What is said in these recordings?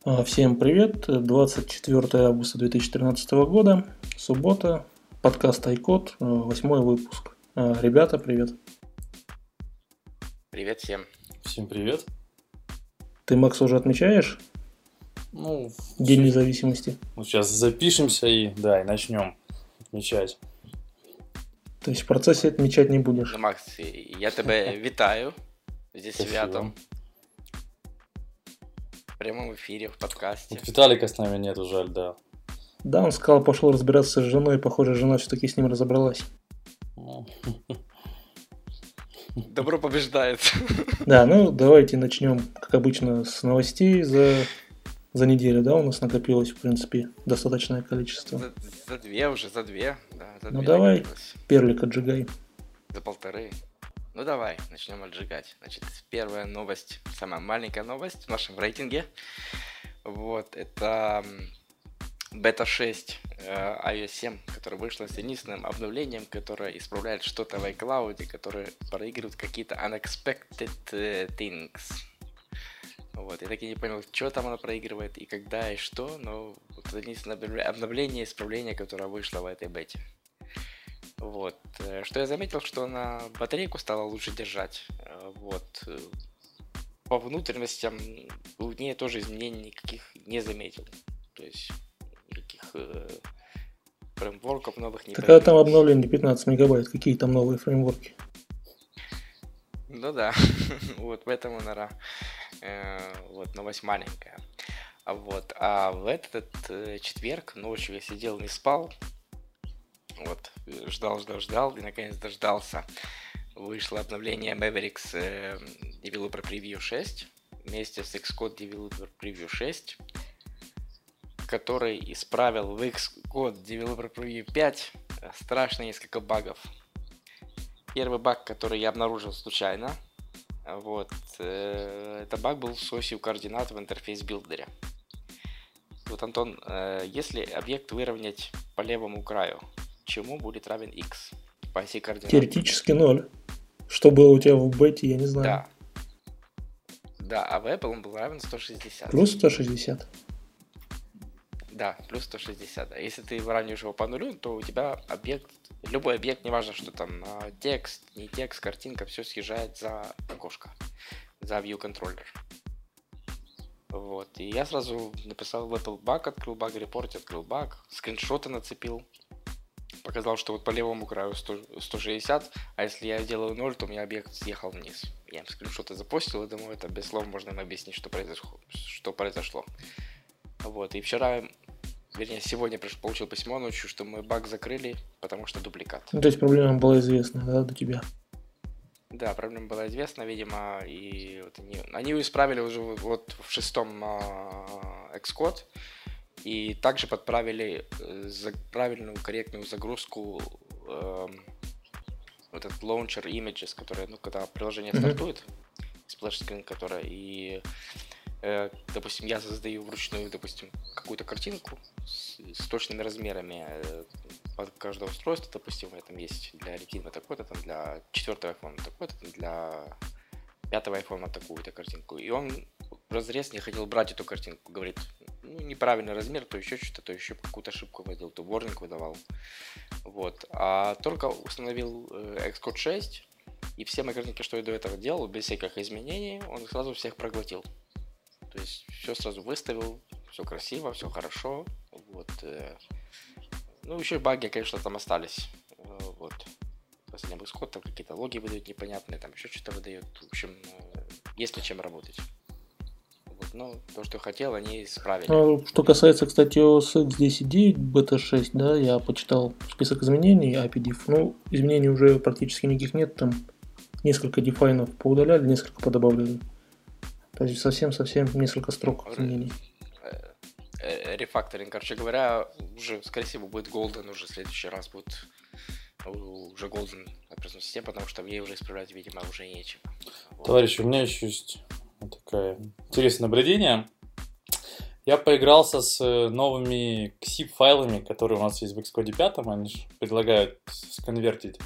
Всем привет! 24 августа 2013 года, суббота, подкаст iCode, 8 выпуск. Ребята, привет! Привет всем! Всем привет! Ты, Макс, уже отмечаешь День независимости? Сейчас запишемся и начнем отмечать. То есть в процессе отмечать не будешь? Ну, Макс, я тебя вітаю зі святом. В прямом эфире, в подкасте. Вот Виталика с нами нету, жаль, да. Да, он сказал, пошел разбираться с женой, и, похоже, жена все-таки с ним разобралась. Добро побеждает. Да, давайте начнем, как обычно, с новостей за неделю, да, у нас накопилось, в принципе, достаточное количество. За две. Да, давай, перлик отжигай. За 1,5. Давай, начнем отжигать. Значит, первая новость, самая маленькая новость в нашем рейтинге. Это бета 6 iOS 7, которая вышла с единственным обновлением, которое исправляет что-то в iCloud, которое проигрывает какие-то unexpected things. Я так и не понял, что там она проигрывает и когда и что, но это единственное обновление, исправление, которое вышло в этой бете. Что я заметил, что она батарейку стала лучше держать. По внутренностям в ней тоже изменений никаких не заметил. То есть никаких фреймворков новых не появилось. Когда там обновление 15 мегабайт, какие там новые фреймворки? Ну да, поэтому, наверное, новость маленькая. А в этот четверг ночью я сидел, не спал. Ждал и наконец дождался. Вышло обновление Mavericks Developer Preview 6 вместе с Xcode Developer Preview 6, который исправил в Xcode Developer Preview 5 страшно несколько багов. Первый баг, который я обнаружил случайно, это баг был с осью координат в интерфейс-билдере. Антон, если объект выровнять по левому краю, чему будет равен x по оси координат? Теоретически 0. Что было у тебя в бете, я не знаю. Да, а в Apple он был равен 160. Плюс 160? Да, плюс 160. А если ты выравниваешь его по нулю, то у тебя любой объект, неважно, что там текст, не текст, картинка, все съезжает за окошко, за view controller. И я сразу написал в Apple баг, открыл баг-репорт, открыл баг, скриншоты нацепил. Показал, что по левому краю 160, а если я делаю 0, то у меня объект съехал вниз. Я им скриншоты запостил и думаю, это без слов можно им объяснить, что произошло. И сегодня получил письмо ночью, что мы баг закрыли, потому что дубликат. То есть проблема была известна, да, до тебя? Да, проблема была известна, видимо, и они ее исправили уже в 6-м Xcode. И также подправили правильную, корректную загрузку этот launcher images, который, когда приложение стартует, сплэш-скрин, которая, и, допустим, я создаю вручную, какую-то картинку с точными размерами под каждое устройство, допустим, там есть для Retina такой-то, там для 4-го iPhone такой-то, там для 5-го iPhone такую-то картинку. И он вразрез не хотел брать эту картинку, говорит, неправильный размер, то еще что-то, то еще какую-то ошибку выдал, то warning выдавал. А только установил Xcode 6, и все мои картинки, что я до этого делал, без всяких изменений, он сразу всех проглотил. То есть все сразу выставил, все красиво, все хорошо. Еще баги, конечно, там остались. Последний Xcode, там какие-то логи выдают непонятные, там еще что-то выдает. В общем, есть над чем работать. То, что хотел, они исправили. Что касается, кстати, OS X 10.9 бета 6, да, я почитал список изменений API diff. Изменений уже практически никаких нет, там несколько дефайнов поудаляли, несколько подобавляли. То есть совсем несколько строк изменений. Рефакторинг, короче говоря, уже, скорее всего, будет Golden, уже в следующий раз будет уже Golden операционная система, потому что в ней уже исправлять, видимо, уже нечего. Товарищи, у меня еще есть такое интересное наблюдение. Я поигрался с новыми XIP файлами, которые у нас есть в Xcode 5. Они же предлагают сконвертить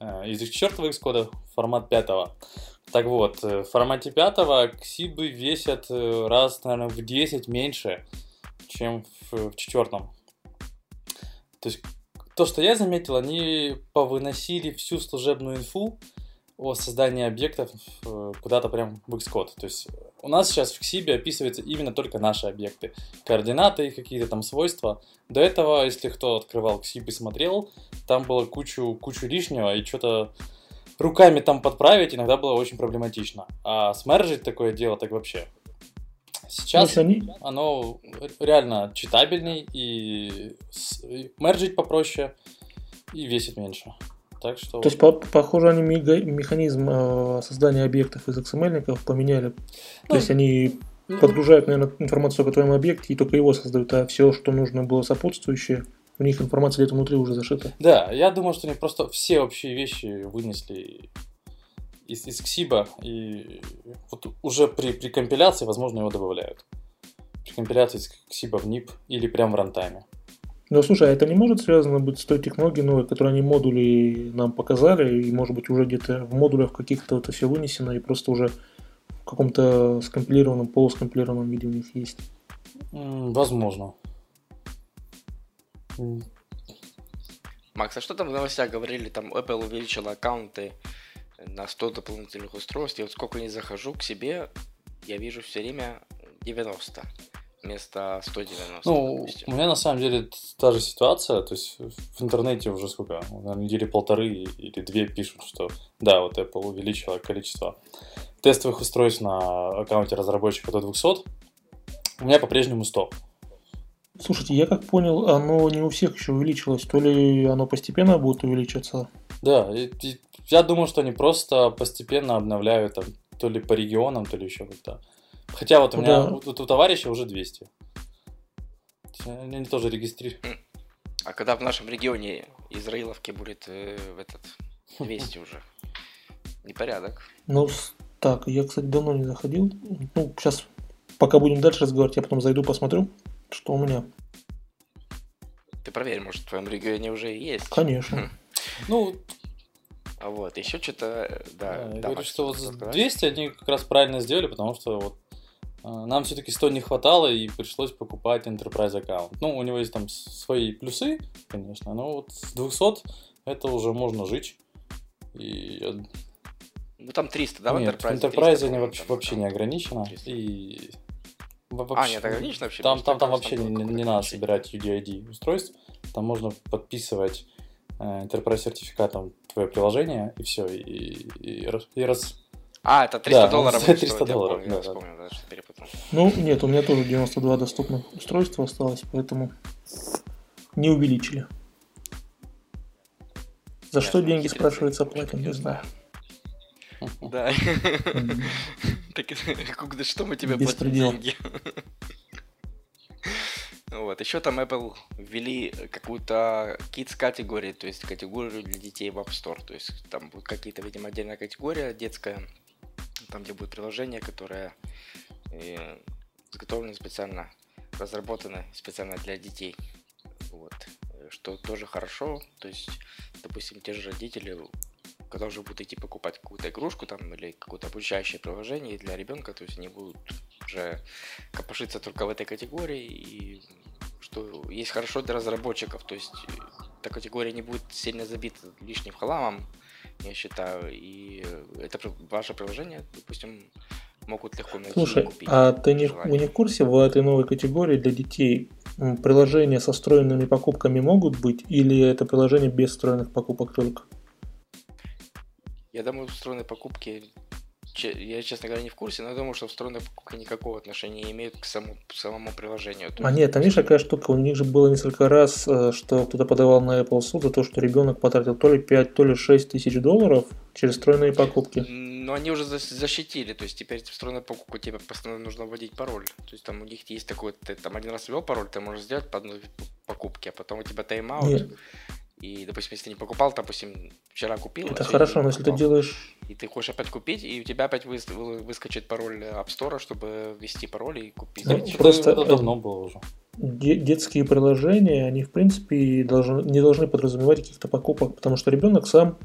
из четвертого Xcode в формат пятого. Так вот, в формате пятого ксибы весят раз, наверное, в 10 меньше, чем в четвертом. То есть, то, что я заметил, они повыносили всю служебную инфу о создании объектов куда-то прям в Xcode. То есть, у нас сейчас в Xib описываются именно только наши объекты. Координаты, какие-то там свойства. До этого, если кто открывал Xib и смотрел, там было кучу лишнего, и что-то руками там подправить иногда было очень проблематично. А смержить такое дело так вообще. Сейчас оно реально читабельней, и мержить попроще, и весит меньше. Так что... То есть, похоже, они механизм создания объектов из XML-ников поменяли. То есть, они подгружают, наверное, информацию о твоем объекте и только его создают, а все, что нужно было сопутствующее, у них информация где-то внутри уже зашита. Да, я думаю, что они просто все общие вещи вынесли из Xib, и вот уже при компиляции, возможно, его добавляют. При компиляции из Xib в NIP или прям в рантайме. Ну, слушай, а это не может связано быть с той технологией новой, которую они модули нам показали, и, может быть, уже где-то в модулях каких-то это все вынесено, и просто уже в каком-то скомпилированном, полускомпилированном виде у них есть? Возможно. Макс, а что там в новостях говорили? Там Apple увеличила аккаунты на 100 дополнительных устройств. И вот сколько не захожу к себе, я вижу все время 90 вместо 190. Ну, у меня на самом деле та же ситуация. То есть в интернете уже сколько? Недели полторы или две пишут, что да, вот Apple увеличила количество тестовых устройств на аккаунте разработчика до 200. У меня по-прежнему 100. Слушайте, я как понял, оно не у всех еще увеличилось, то ли оно постепенно будет увеличиваться? Да, я думаю, что они просто постепенно обновляют там, то ли по регионам, то ли еще как-то. Хотя вот у меня у товарища уже 200. Они тоже регистрируют. А когда в нашем регионе Израиловке будет 200 уже? Непорядок. Ну, так, я, кстати, давно не заходил. Ну, сейчас, пока будем дальше разговаривать, я потом зайду, посмотрю, что у меня. Ты проверь, может, в твоем регионе уже есть. Конечно. Ну, а вот, еще что-то, да. Я говорю, что вот 200 они как раз правильно сделали, потому что вот нам все-таки 100 не хватало, и пришлось покупать Enterprise аккаунт. Ну, у него есть там свои плюсы, конечно, но вот с 200 это уже можно жить. И... Ну, там 300, да, в Enterprise? Нет, в Enterprise они вообще не ограничено. И... Вообще, нет, ограничено вообще? Там вообще не надо собирать UDID устройств. Там можно подписывать Enterprise сертификатом твое приложение, и все. А, это $300, да, будет $300, я вспомнил, да, что перепутал. Ну, нет, у меня тоже 92 доступных устройства осталось, поэтому не увеличили. За что деньги, спрашивается, платим, не знаю. Да. Так что мы тебе платим деньги? Вот, еще там Apple ввели какую-то kids категорию, то есть категорию для детей в App Store. То есть там будет какие-то, видимо, отдельная категория детская, там где будет приложение, которое изготовлено специально, разработано специально для детей. Вот, что тоже хорошо. То есть, допустим, те же родители, когда уже будут идти покупать какую-то игрушку там или какое-то обучающее приложение для ребенка, то есть они будут уже копошиться только в этой категории, и что есть хорошо для разработчиков, то есть эта категория не будет сильно забита лишним хламом, я считаю, и это ваше приложение, допустим, могут легко найти. Слушай, и купить. А ты не в курсе, в этой новой категории для детей приложения со встроенными покупками могут быть, или это приложение без встроенных покупок только? Я думаю, встроенные покупки, я, честно говоря, не в курсе, но я думаю, что встроенные покупки никакого отношения не имеют к самому приложению. Нет, там видишь, какая штука, у них же было несколько раз, что кто-то подавал на Apple суд за то, что ребенок потратил то ли 5, то ли 6 тысяч долларов через встроенные покупки. Но они уже защитили, то есть теперь встроенную покупку тебе постоянно нужно вводить пароль. То есть там у них есть такой, ты там один раз ввел пароль, ты можешь сделать по одной покупке, а потом у тебя тайм-аут. Нет. И, допустим, если ты не покупал, допустим, вчера купил. Это хорошо, но если ты делаешь... И ты хочешь опять купить, и у тебя опять выскочит пароль App Store, чтобы ввести пароль и купить. Ну, просто это давно было уже. Детские приложения, они, в принципе, не должны подразумевать каких-то покупок, потому что ребенок сам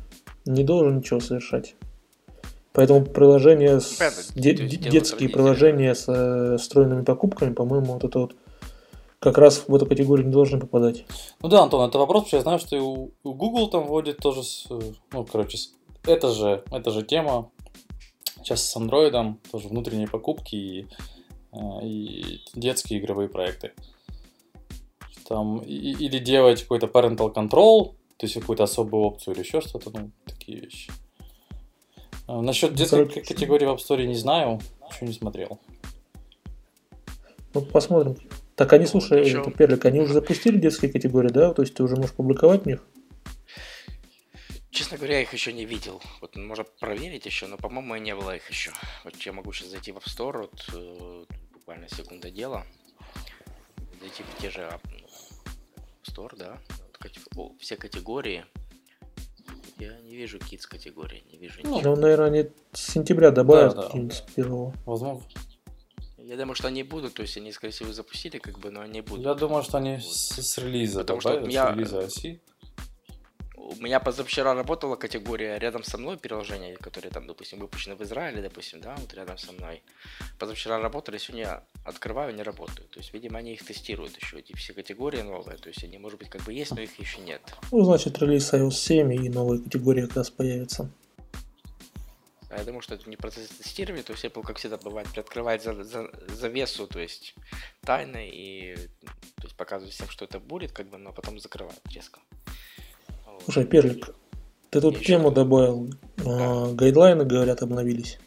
не должен ничего совершать. Поэтому приложения, детские приложения с встроенными покупками, по-моему, вот это вот как раз в эту категорию не должны попадать. Ну да, Антон, это вопрос, потому что я знаю, что и у Google там вводит тоже, это же тема. Сейчас с Android тоже внутренние покупки и детские игровые проекты. Там или делать какой-то parental control, то есть какую-то особую опцию или еще что-то, такие вещи. Насчет детской категории в App Store не знаю, ничего не смотрел. Ну, посмотрим. Так они, слушай, это Перлик, они уже запустили детские категории, да? То есть ты уже можешь публиковать в них? Честно говоря, я их еще не видел. Вот можно проверить еще, но, по-моему, и не было их еще. Вот я могу сейчас зайти в App Store, вот буквально секунда дела. Зайти в те же App Store, да. Все категории. Я не вижу Kids категории, не вижу ничего. Ну, наверное, они с сентября добавят с первого. Возможно. Я думаю, что они будут, то есть они, скорее всего, запустили, но они будут. Я думаю, что они с релиза добавят, с релиза оси. У меня позавчера работала категория рядом со мной приложения, которые там, допустим, выпущены в Израиле, допустим, да, вот рядом со мной. Позавчера работали, сегодня открываю, не работают. То есть, видимо, они их тестируют еще, эти все категории новые. То есть, они, может быть, есть, но их еще нет. Ну, значит, релиз iOS 7 и новые категории как раз появятся. А я думаю, что это не процесс тестирования, то есть Apple, как всегда бывает, приоткрывает завесу, то есть тайны, и то есть показывает всем, что это будет, но потом закрывает резко. Слушай, Перлик, ты тут тему добавил. Гайдлайны, говорят, обновились.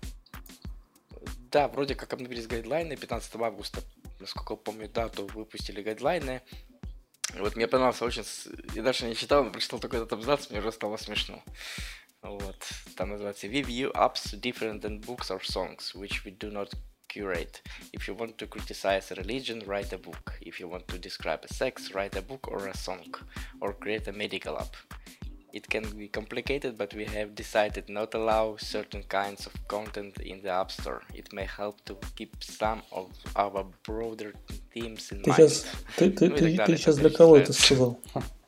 Да, вроде как обновились гайдлайны. 15 августа, насколько помню дату, выпустили гайдлайны. Вот мне понравился очень... Я даже не читал, но прочитал только этот абзац, мне уже стало смешно. Вот. Там называется We view apps different than books or songs, which we do not curate. If you want to criticize a religion, write a book. If you want to describe a sex, write a book or a song. Or create a medical app. It can be complicated, but we have decided not to allow certain kinds of content in the App Store. It may help to keep some of our broader themes in mind. Ты сейчас для кого это сказал?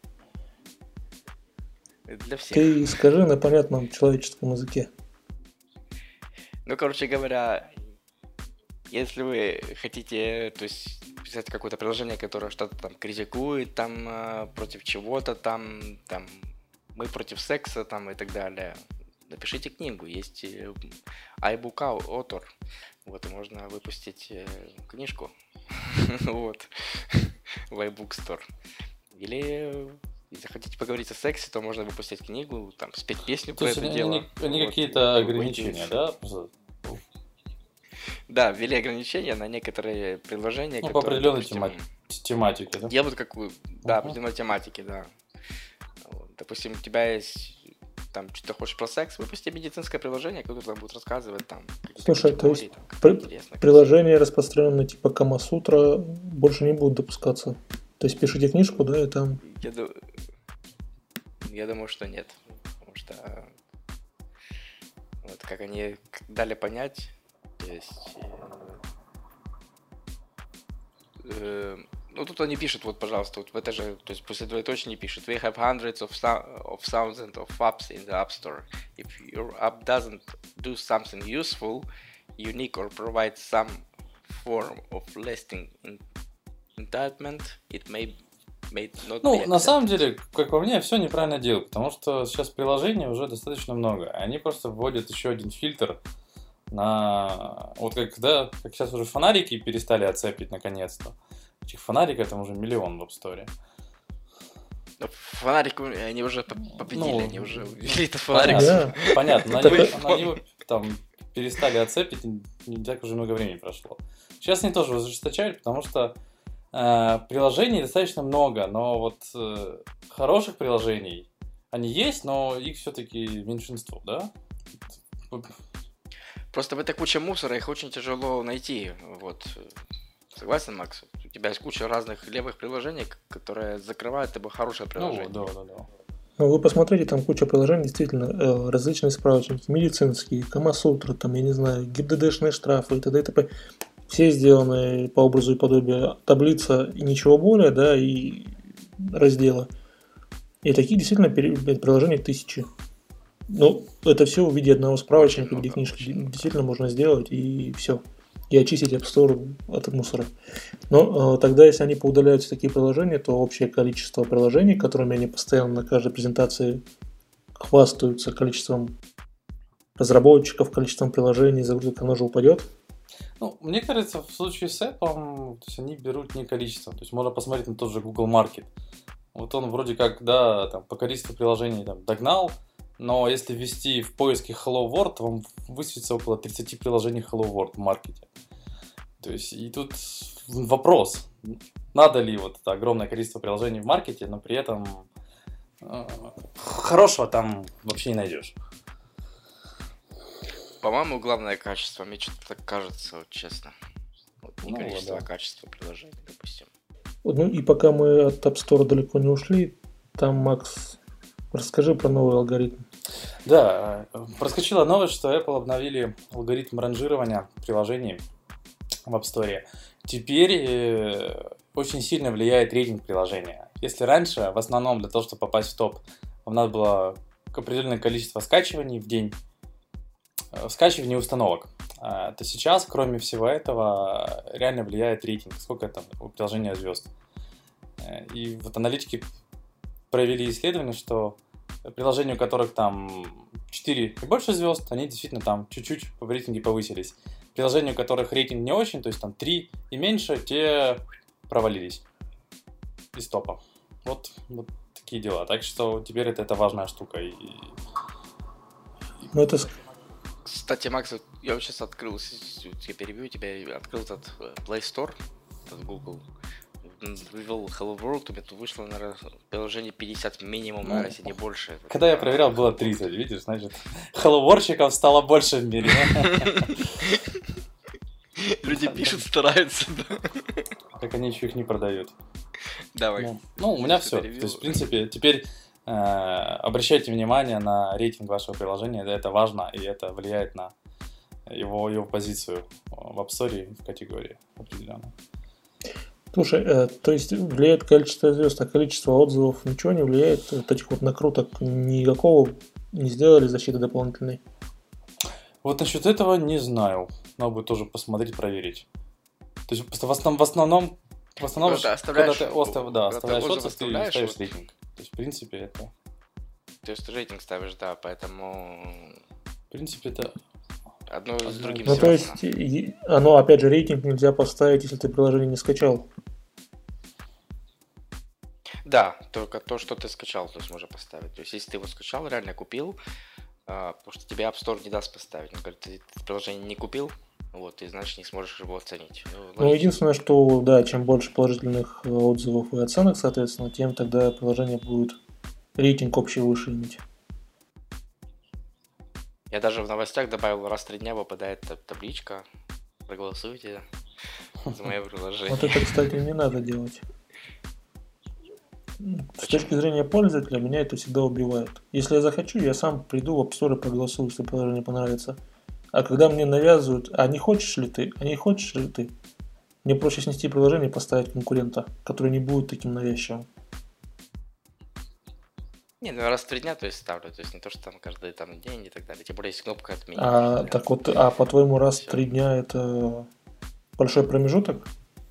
Для всех. Ты скажи на понятном человеческом языке. Ну, короче говоря, если вы хотите, то есть, писать какое-то приложение, которое что-то там критикует, там, против чего-то, там, мы против секса, там, и так далее, напишите книгу, есть iBook Author, вот, и можно выпустить книжку, вот, в iBook Store. Или... Если хотите поговорить о сексе, то можно выпустить книгу, там, спеть песню про это дело. Они какие-то ограничения, да? Да, ввели ограничения на некоторые приложения. Ну, по определенной тематике, да? Я вот какую... Да, определенной тематике, да. Допустим, у тебя есть... Там, что-то хочешь про секс, выпусти медицинское приложение, которое там будет рассказывать там... Слушай, то есть приложения, распространенные типа Камасутра, больше не будут допускаться? То есть пишите книжку, да, и там... Я думаю, что нет. Потому что вот как они дали понять, то есть ну тут они пишут, вот, пожалуйста, вот в это же, то есть после двоеточия пишут: We have hundreds of thousands of apps in the App Store. If your app doesn't do something useful, unique or provide some form of lasting entitlement, it may not be accepted. На самом деле, как по мне, все неправильно делают, потому что сейчас приложений уже достаточно много. Они просто вводят еще один фильтр на... Вот как сейчас уже фонарики перестали отцепить наконец-то. Этих фонариков там уже миллион в App Store. Фонарик, они уже победили, они уже увидели этот фонарик. Понятно, но они его там перестали отцепить, не так уже много времени прошло. Сейчас они тоже ужесточают, потому что приложений достаточно много, но вот хороших приложений они есть, но их все-таки меньшинство, да? Просто в этой куче мусора их очень тяжело найти, вот. Согласен, Макс? У тебя есть куча разных левых приложений, которые закрывают либо хорошее приложение. Да. Ну, вы посмотрите, там куча приложений, действительно, различные справочники, медицинские, Камасутра, там, я не знаю, ГИБДДшные штрафы и т.д. и т.п. Все сделаны по образу и подобию, таблица и ничего более, да, и разделы. И таких действительно приложений тысячи. Ну, это все в виде одного справочника, Очень где много, книжки очень много. действительно можно сделать, и все. И очистить App Store от мусора. Но тогда, если они поудаляются такие приложения, то общее количество приложений, которыми они постоянно на каждой презентации хвастаются, количеством разработчиков, количеством приложений, загрузок, оно же упадет. Ну, мне кажется, в случае с Apple, то есть они берут не количество. То есть можно посмотреть на тот же Google Market. Вот он вроде как, да, там, по количеству приложений там, догнал, но если ввести в поиске Hello World, вам высветится около 30 приложений Hello World в маркете. То есть и тут вопрос, надо ли вот это огромное количество приложений в маркете, но при этом хорошего там вообще не найдешь. По-моему, главное качество. Мне что-то так кажется, вот честно. Вот не Ну, количество, да. а качество приложений, допустим. Ну и пока мы от App Store далеко не ушли, там, Макс, расскажи про новый алгоритм. Да, проскочила новость, что Apple обновили алгоритм ранжирования приложений в App Store. Теперь очень сильно влияет рейтинг приложения. Если раньше, в основном для того, чтобы попасть в топ, вам надо было определенное количество скачиваний в день, скачиваний установок, то сейчас, кроме всего этого, реально влияет рейтинг, сколько там у приложения звезд. И вот аналитики провели исследование, что приложения, у которых там 4 и больше звезд, они действительно там чуть-чуть в рейтинге повысились. Приложения, у которых рейтинг не очень, то есть там 3 и меньше, те провалились из топа. Вот такие дела. Так что теперь это важная штука. Ну, это Кстати, Макс, вот я вот сейчас открыл, я перебью тебя, я открыл этот Play Store, этот Google, вывел Hello World, у меня тут вышло, наверное, приложение 50 минимум, Ну, наверное, если не больше. Когда я проверял, было 30, видишь, значит, Hello-Worldчиков стало больше в мире. Люди пишут, стараются, да. Как они еще их не продают. Давай. Ну, у меня все. То перевел. есть, в принципе, теперь обращайте внимание на рейтинг вашего приложения, это важно, и это влияет на его позицию в App Store и в категории определенно. Слушай, то есть влияет количество звезд, а количество отзывов ничего не влияет? Вот этих вот накруток никакого не сделали защиты дополнительной? Вот насчет этого не знаю. Надо будет тоже посмотреть, проверить. То есть в основном Когда ты когда оставляешь- ты когда ты оставляешь отзыв отзыв, ты оставляешь, ставишь вот. рейтинг. То есть, в принципе, это... То есть ты рейтинг ставишь, да, поэтому В принципе, это... одно с другим Ну, то связано. есть, оно, опять же, рейтинг нельзя поставить, если ты приложение не скачал. Да, только то, что ты скачал, то есть можно поставить. То есть если ты его скачал, реально купил, потому что тебе App Store не даст поставить. Он говорит, ты приложение не купил, вот, и значит не сможешь его оценить. Ну, логично. единственное, что, да, чем больше положительных отзывов и оценок, соответственно, тем тогда приложение будет рейтинг общий выше иметь. Я даже в новостях добавил, раз в 3 дня выпадает табличка. Проголосуйте за мое приложение. Вот это, кстати, не надо делать. С Почему? точки зрения пользователя, меня это всегда убивает. Если я захочу, я сам приду в App Store и проголосую, если приложение понравится. А когда мне навязывают, а не хочешь ли ты, а не хочешь ли ты, мне проще снести приложение и поставить конкурента, который не будет таким навязчивым. Не, ну раз в 3 дня, то есть ставлю. То есть не то, что там каждый там день и так далее. Тем более есть кнопка отменить. Так вот, по-твоему, раз в 3 дня это большой промежуток?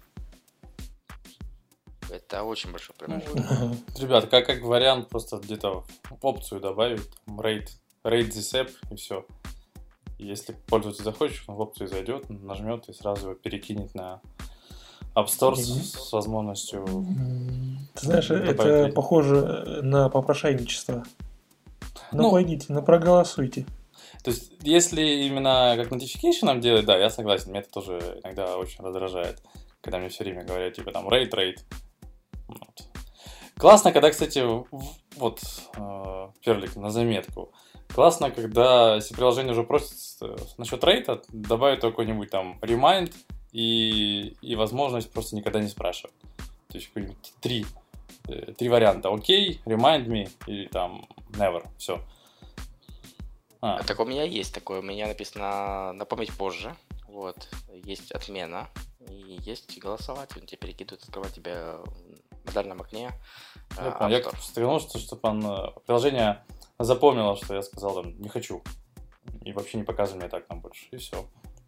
Это очень большой промежуток. Ребят, как вариант, просто где-то в опцию добавить rate this app и все. Если пользователь захочет, он в опцию зайдет, нажмет и сразу его перекинет на App Store с возможностью... Ты знаешь, добавить это рейтинг. похоже на попрошайничество. Ну, Пойдите, проголосуйте. То есть, если именно как notification делать, да, я согласен, меня это тоже иногда очень раздражает, когда мне все время говорят, типа, там, rate. Вот. Классно, когда, кстати, вот, Перлик, на заметку, классно, когда, если приложение уже просит насчет рейта, добавить какой-нибудь там remind и возможность просто никогда не спрашивать. То есть, какие-нибудь три варианта. Окей, remind me или там never, все. Так у меня есть такое. У меня написано напомнить позже. Вот. Есть отмена. И есть голосовать. Он тебе перекидывает, открывать тебя в модальном окне. Я стрелнул, чтобы приложение запомнила, что я сказал там не хочу. И вообще не показывай мне так нам больше. И все.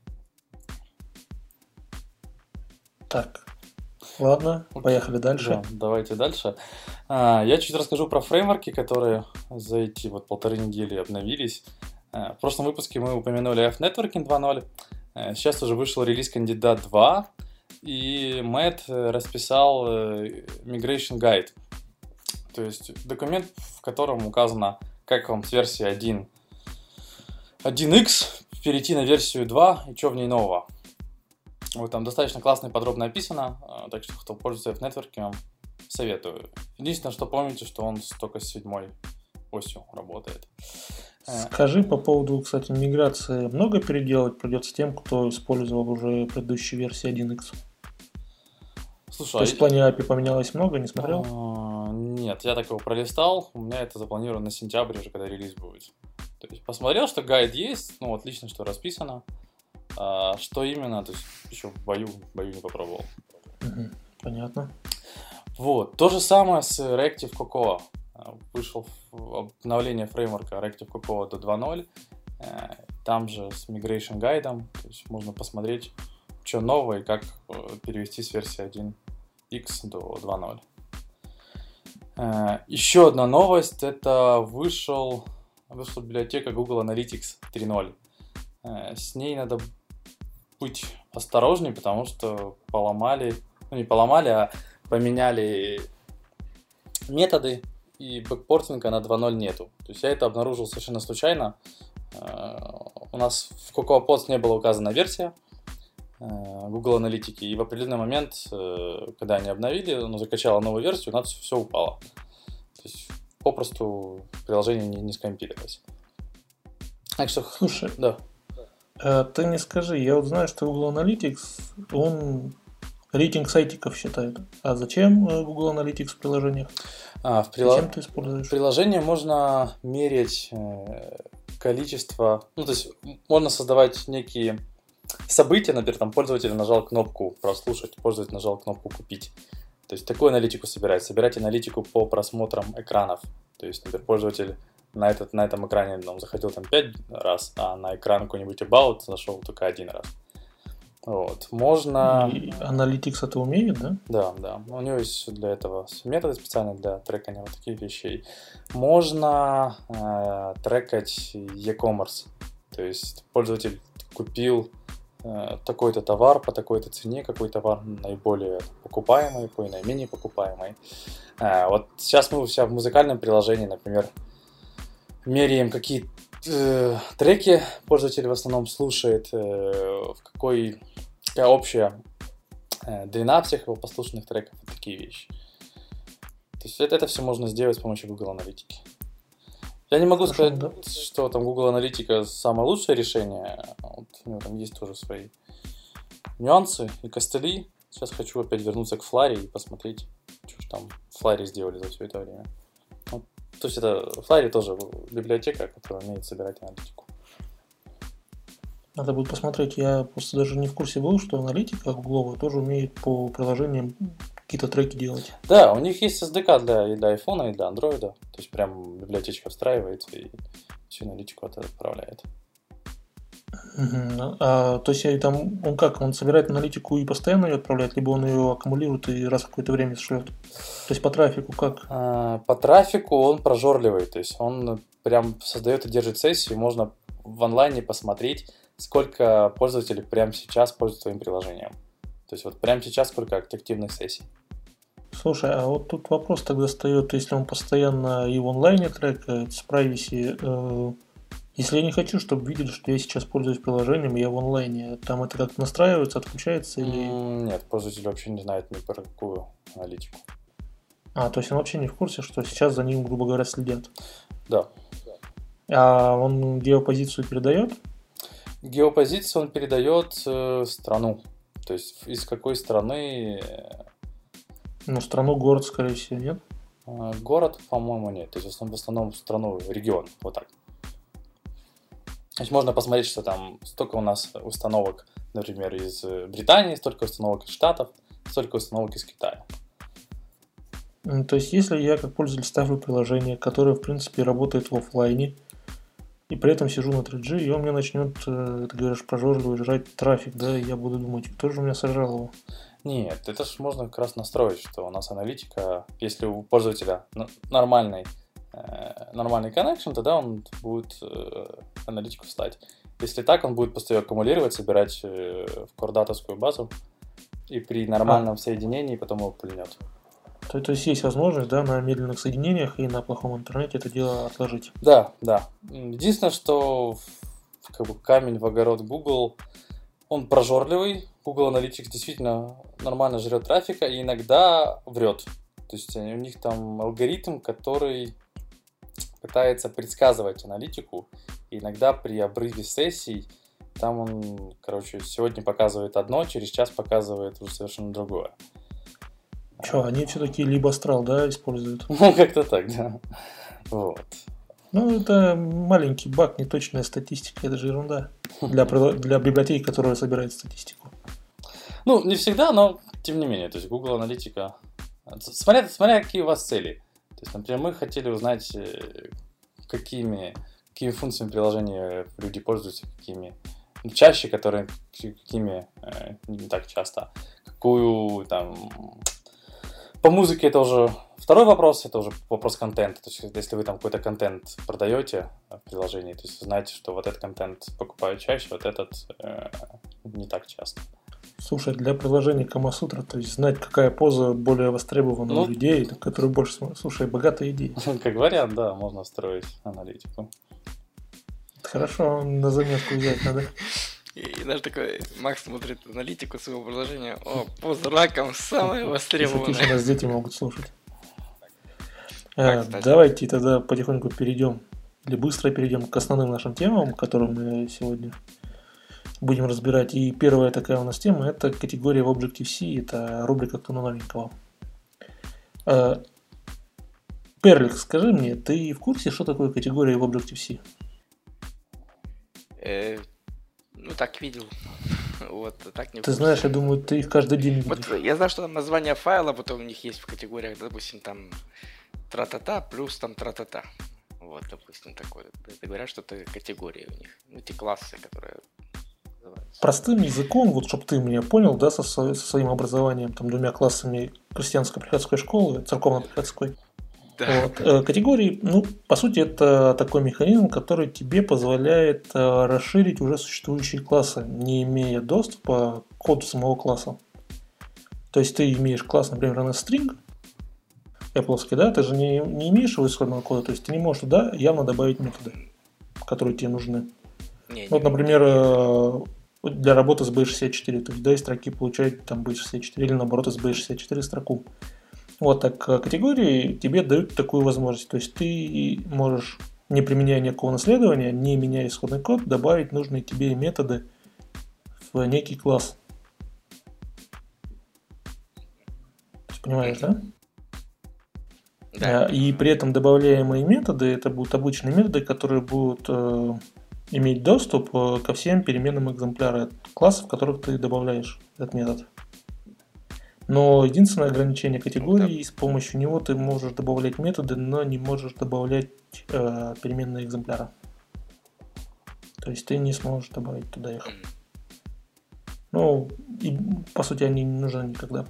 Так, ладно, поехали дальше. Да, давайте дальше. Я чуть расскажу про фреймворки, которые за эти вот 1,5 недели обновились. В прошлом выпуске мы упомянули F-Networking 2.0. Сейчас уже вышел релиз Кандидат 2. И Мэтт расписал Migration Guide. То есть документ, в котором указано, как вам с версии 1.x перейти на версию 2 и что в ней нового. Вот там достаточно классно и подробно описано, так что кто пользуется F-Networking, советую. Единственное, что помните, что он только с 7 осью работает. Скажи по поводу, кстати, миграции. Много переделать придется тем, кто использовал уже предыдущие версии 1x? Слушай, то есть в плане API поменялось много, не смотрел? Нет, я такого пролистал, у меня это запланировано на сентябрь уже, когда релиз будет. То есть посмотрел, что гайд есть, ну отлично, что расписано. Что именно, то есть еще в бою не попробовал. Понятно. Вот, то же самое с Reactive Cocoa. Вышел обновление фреймворка Reactive Cocoa до 2.0. Там же с Migration Guide, то есть можно посмотреть, что новое и как перевести с версии 1x до 2.0. Еще одна новость, это вышла библиотека Google Analytics 3.0. С ней надо быть осторожней, потому что поменяли методы, и бэкпортинга на 2.0 нету. То есть я это обнаружил совершенно случайно. У нас в Cocoa Pods не была указана версия Google Аналитики, и в определенный момент, когда они обновили, закачала новую версию, у нас все упало. То есть попросту приложение не скомпилилось. Так что, слушай, да. Ты не скажи, я вот знаю, что Google Analytics, он рейтинг сайтиков считает. А зачем Google Analytics в приложениях? Зачем ты используешь? В приложении можно мерить количество, то есть можно создавать некие события, например, там пользователь нажал кнопку прослушать, пользователь нажал кнопку купить. То есть такую аналитику собирать аналитику по просмотрам экранов. То есть, например, пользователь на этом экране заходил 5 раз, а на экран какой-нибудь About зашел только 1 раз. Вот. Можно... И Analytics это умеет, да? Да. У него есть для этого методы специальные для трекания вот таких вещей. Можно трекать e-commerce. То есть пользователь купил такой-то товар по такой-то цене, какой товар наиболее покупаемый, какой наименее покупаемый. Вот сейчас мы у себя в музыкальном приложении, например, меряем, какие треки пользователь в основном слушает, какая общая длина всех его послушанных треков, вот такие вещи. То есть это все можно сделать с помощью Google Аналитики. Я не могу сказать, что там Google Аналитика самое лучшее решение. Вот, у него там есть тоже свои нюансы и костыли. Сейчас хочу опять вернуться к Flurry и посмотреть, что же там Flurry сделали за все это время. Вот, то есть это Flurry тоже библиотека, которая умеет собирать аналитику. Надо будет посмотреть. Я просто даже не в курсе был, что аналитика Google тоже умеет по приложениям какие-то треки делать. Да, у них есть SDK и для iPhone, и для Android. То есть прям библиотечка встраивается и всю аналитику отправляет. То есть там он собирает аналитику и постоянно ее отправляет, либо он ее аккумулирует и раз в какое-то время шлет? То есть по трафику как? По трафику он прожорливый, то есть он прям создает и держит сессию, можно в онлайне посмотреть, сколько пользователей прямо сейчас пользуются твоим приложением. То есть вот прямо сейчас сколько активных сессий. Слушай, а вот тут вопрос тогда встает, если он постоянно и в онлайне трекает с privacy, если я не хочу, чтобы видели, что я сейчас пользуюсь приложением, я в онлайне, там это как настраивается, отключается или... Нет, пользователь вообще не знает ни про какую аналитику. То есть он вообще не в курсе, что сейчас за ним, грубо говоря, следят? Да. А он геопозицию передает? Геопозицию он передает страну. То есть из какой страны... страну, город, скорее всего, нет? Город, по-моему, нет. То есть в основном страну, регион, вот так. То есть можно посмотреть, что там столько у нас установок, например, из Британии, столько установок из Штатов, столько установок из Китая. То есть, если я как пользователь ставлю приложение, которое, в принципе, работает в оффлайне, и при этом сижу на 3G, и он мне начнет, ты говоришь, прожорливо жрать трафик, да, и я буду думать, кто же у меня сожрал его? Нет, это же можно как раз настроить, что у нас аналитика, если у пользователя нормальный connection, тогда он будет аналитику встать. Если так, он будет постоянно аккумулировать, собирать в кордатовскую базу, и при нормальном соединении потом его пыльнет. То есть есть возможность, да, на медленных соединениях и на плохом интернете это дело отложить. Да. Единственное, что как бы камень в огород Google, он прожорливый. Google Analytics действительно нормально жрет трафика и иногда врет. То есть у них там алгоритм, который пытается предсказывать аналитику. И иногда при обрыве сессий там он, сегодня показывает одно, через час показывает уже совершенно другое. Че, они все-таки Libastral, да, используют? Ну, как-то так, да. Вот. Ну, это маленький баг, неточная статистика, это же ерунда. Для библиотеки, которая собирает статистику. Ну, не всегда, но тем не менее. То есть Google Аналитика... Смотря какие у вас цели. То есть, например, мы хотели узнать, какими функциями приложения люди пользуются, какими чаще, какими не так часто. Какую там... По музыке это уже второй вопрос, это уже вопрос контента. То есть, если вы там какой-то контент продаете в приложении, то есть вы знаете, что вот этот контент покупают чаще, вот этот не так часто. Слушай, для приложения Камасутра, то есть знать, какая поза более востребована у людей, которые больше смотрят. Слушай, богатая идея. Как вариант, да, можно строить аналитику. Хорошо, на заметку взять надо. И даже такой, Макс смотрит аналитику своего приложения, поза раком самая востребованная. Тише, нас дети могут слушать. Давайте тогда потихоньку перейдем, или быстро перейдем к основным нашим темам, которые мы сегодня будем разбирать. И первая такая у нас тема – это категория в Objective-C, это рубрика «Кто на новенького». Перлик, скажи мне, ты в курсе, что такое категория в Objective-C? Ну, так видел. Вот, так не. Ты знаешь, я думаю, ты их каждый день видишь. Вот я знаю, что там название файла, потом у них есть в категориях, допустим, там тра-та-та плюс там тра-та-та. Вот, допустим, такое. Это говорят, что это категории у них. Ну, эти классы, которые называются. Простым языком, вот чтобы ты меня понял, да, со своим образованием, там, 2 классами крестьянско-приходской школы, церковно-приходской. Да. Вот. Категории, ну, по сути, это такой механизм, который тебе позволяет расширить уже существующие классы, не имея доступа к коду самого класса. То есть ты имеешь класс, например, NSString, Apple-овский, да, ты же не имеешь его исходного кода, то есть ты не можешь туда явно добавить методы, которые тебе нужны. Вот, например, для работы с B64, то есть да, из строки получать там B64 или наоборот из B64 строку. Вот так категории тебе дают такую возможность. То есть ты можешь, не применяя никакого наследования, не меняя исходный код, добавить нужные тебе методы в некий класс. Понимаешь, да? Да. И при этом добавляемые методы, это будут обычные методы, которые будут иметь доступ ко всем переменным экземпляра классов, в которых ты добавляешь этот метод. Но единственное ограничение категории, с помощью него ты можешь добавлять методы, но не можешь добавлять переменные экземпляра. То есть ты не сможешь добавить туда их. Ну, и по сути они не нужны никогда.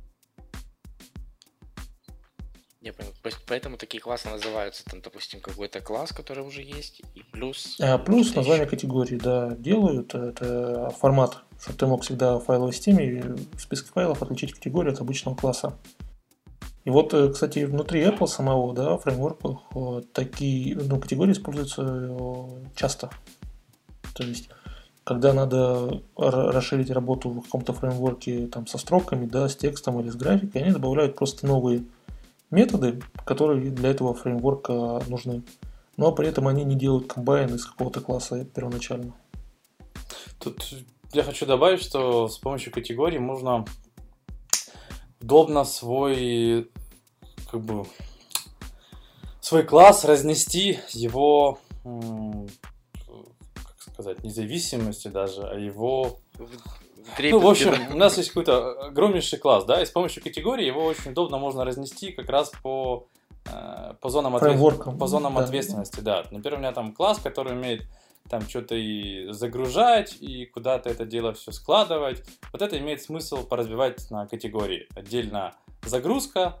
Я понял. Поэтому такие классы называются, там, допустим, какой-то класс, который уже есть, и плюс... Плюс название категории, да, делают. Это формат, чтобы ты мог всегда в файловой системе в списке файлов отличить категорию от обычного класса. И вот, кстати, внутри Apple самого, да, фреймворка такие категории используются часто. То есть, когда надо расширить работу в каком-то фреймворке там, со строками, да, с текстом или с графикой, они добавляют просто новые методы, которые для этого фреймворка нужны. Но при этом они не делают комбайн из какого-то класса первоначально. Тут я хочу добавить, что с помощью категорий можно удобно свой класс разнести, его, как сказать, независимости даже, а его Ну, в общем, у нас есть какой-то огромнейший класс, да, и с помощью категории его очень удобно можно разнести как раз по зонам, ответственности, да. Например, у меня там класс, который умеет там что-то и загружать, и куда-то это дело все складывать. Вот это имеет смысл поразбивать на категории. Отдельно загрузка,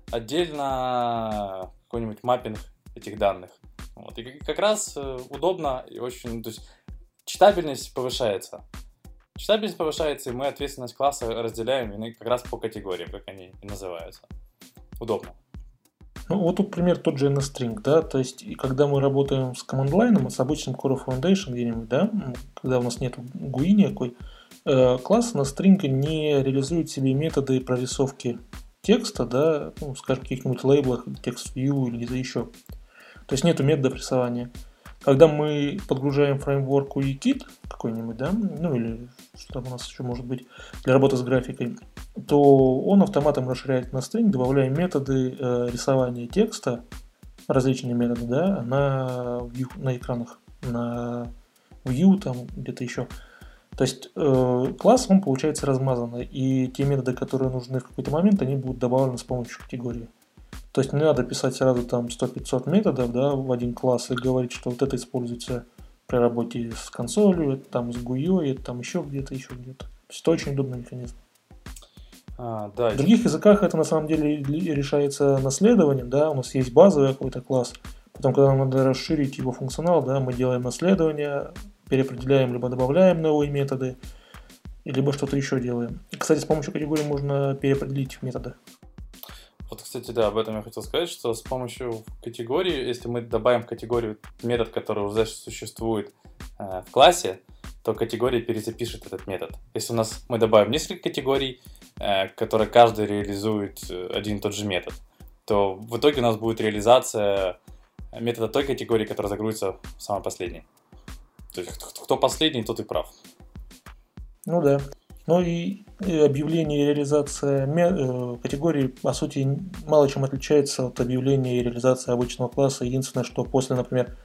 отдельно какой-нибудь маппинг этих данных. Вот. И как раз удобно и очень... То есть читабельность повышается. Читабельность повышается, и мы ответственность класса разделяем как раз по категориям, как они и называются. Удобно. Ну, вот тут пример тот же NSString, да, то есть, и когда мы работаем с command-line, с обычным Core Foundation где-нибудь, да, когда у нас нет GUI никакой, класс NSString не реализует себе методы прорисовки текста, да, ну, скажем, в каких-нибудь лейблах, текст view или где-то еще. То есть нету методов рисования. Когда мы подгружаем фреймворк UIKit какой-нибудь, да, ну или что там у нас еще может быть для работы с графикой, то он автоматом расширяет на string, добавляя методы рисования текста, различные методы, да, на экранах, на view, там где-то еще. То есть класс, он получается размазанный, и те методы, которые нужны в какой-то момент, они будут добавлены с помощью категории. То есть не надо писать сразу там 100-500 методов, да, в один класс и говорить, что вот это используется при работе с консолью, это там с GUI, это там еще где-то. То есть это очень удобный механизм. Да. В других языках это на самом деле решается наследованием, да, у нас есть базовый какой-то класс, потом, когда нам надо расширить его функционал, да, мы делаем наследование, переопределяем, либо добавляем новые методы, либо что-то еще делаем. И, кстати, с помощью категории можно переопределить методы. Вот, кстати, да, об этом я хотел сказать, что с помощью категории, если мы добавим в категорию метод, который уже существует в классе, то категория перезапишет этот метод. Если мы добавим несколько категорий, которые каждый реализует один и тот же метод, то в итоге у нас будет реализация метода той категории, которая загрузится в самой последней. То есть кто последний, тот и прав. Ну да. Ну и объявление и реализация категории, по сути, мало чем отличается от объявления и реализации обычного класса. Единственное, что после, например,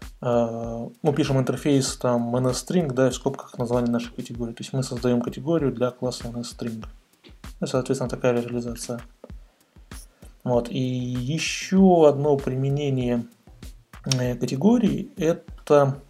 мы пишем интерфейс там NSString, да, в скобках название нашей категории. То есть мы создаем категорию для класса NSString. Ну, соответственно, такая реализация. Вот. И еще одно применение категории – это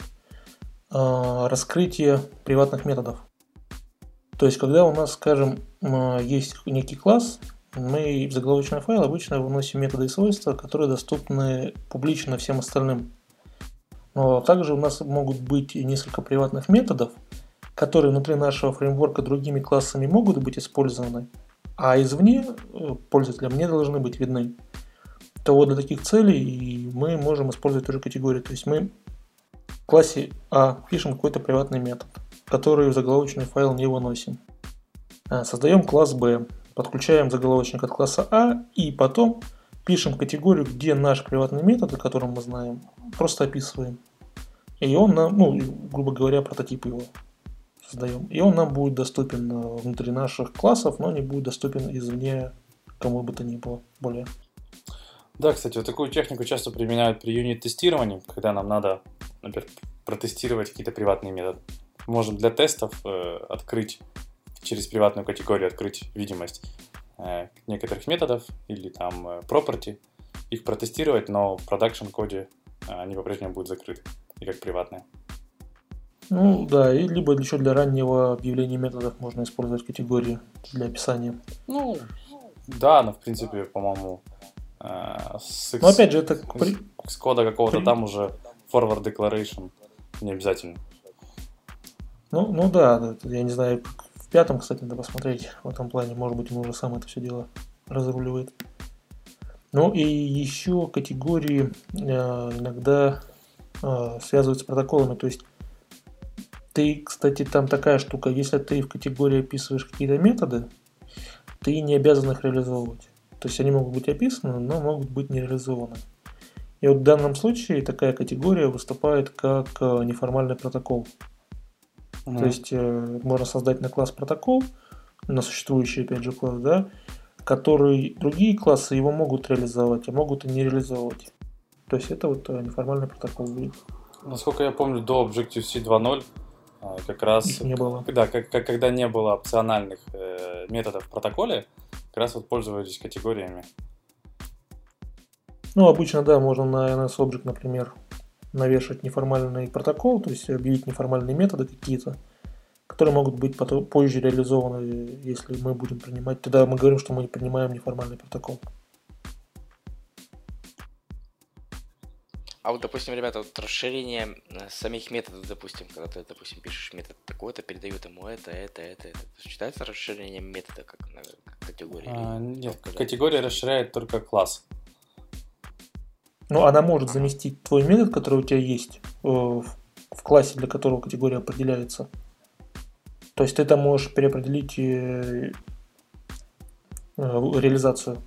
раскрытие приватных методов. То есть, когда у нас, скажем, есть некий класс, мы в заголовочный файл обычно выносим методы и свойства, которые доступны публично всем остальным. Но также у нас могут быть несколько приватных методов, которые внутри нашего фреймворка другими классами могут быть использованы, а извне пользователям не должны быть видны. То вот для таких целей мы можем использовать ту же категорию. То есть мы в классе А пишем какой-то приватный метод, который в заголовочный файл не выносим. Создаем класс Б, подключаем заголовочник от класса А и потом пишем категорию, где наш приватный метод, о котором мы знаем, просто описываем. И он нам, грубо говоря, прототип его создаем. И он нам будет доступен внутри наших классов, но не будет доступен извне кому бы то ни было более. Да, кстати, вот такую технику часто применяют при юнит-тестировании, когда нам надо, например, протестировать какие-то приватные методы. Мы можем для тестов открыть через приватную категорию открыть видимость некоторых методов или там property, их протестировать, но в продакшн коде они по-прежнему будут закрыты и как приватные. Ну да, и либо еще для раннего объявления методов можно использовать категории для описания. Ну да, но в принципе, по-моему, но опять же, это с кода какого-то там уже forward declaration не обязательно. Ну да, я не знаю, в 5, кстати, надо посмотреть в этом плане, может быть, он уже сам это все дело разруливает. Ну и еще категории иногда связываются с протоколами, то есть ты, кстати, там такая штука, если ты в категории описываешь какие-то методы, ты не обязан их реализовывать. То есть они могут быть описаны, но могут быть не реализованы. И вот в данном случае такая категория выступает как неформальный протокол. То есть можно создать на класс протокол, на существующий, опять же, класс, да, который другие классы его могут реализовать, а могут и не реализовывать. То есть это вот неформальный протокол будет. Насколько я помню, до Objective-C 2.0 как раз, Их не было. да, когда не было опциональных методов в протоколе, как раз вот пользовались категориями. Ну, обычно, да, можно на NS-Object, например, навешать неформальный протокол, то есть объявить неформальные методы какие-то, которые могут быть потом, позже реализованы, если мы будем принимать. Тогда мы говорим, что мы принимаем неформальный протокол. А вот, допустим, ребята, вот расширение самих методов, допустим, когда ты, допустим, пишешь метод такой-то, передает ему это считается расширением метода как категория? Нет, категория расширяет только класс. Ну, она может заместить твой метод, который у тебя есть в классе, для которого категория определяется. То есть ты там можешь переопределить реализацию.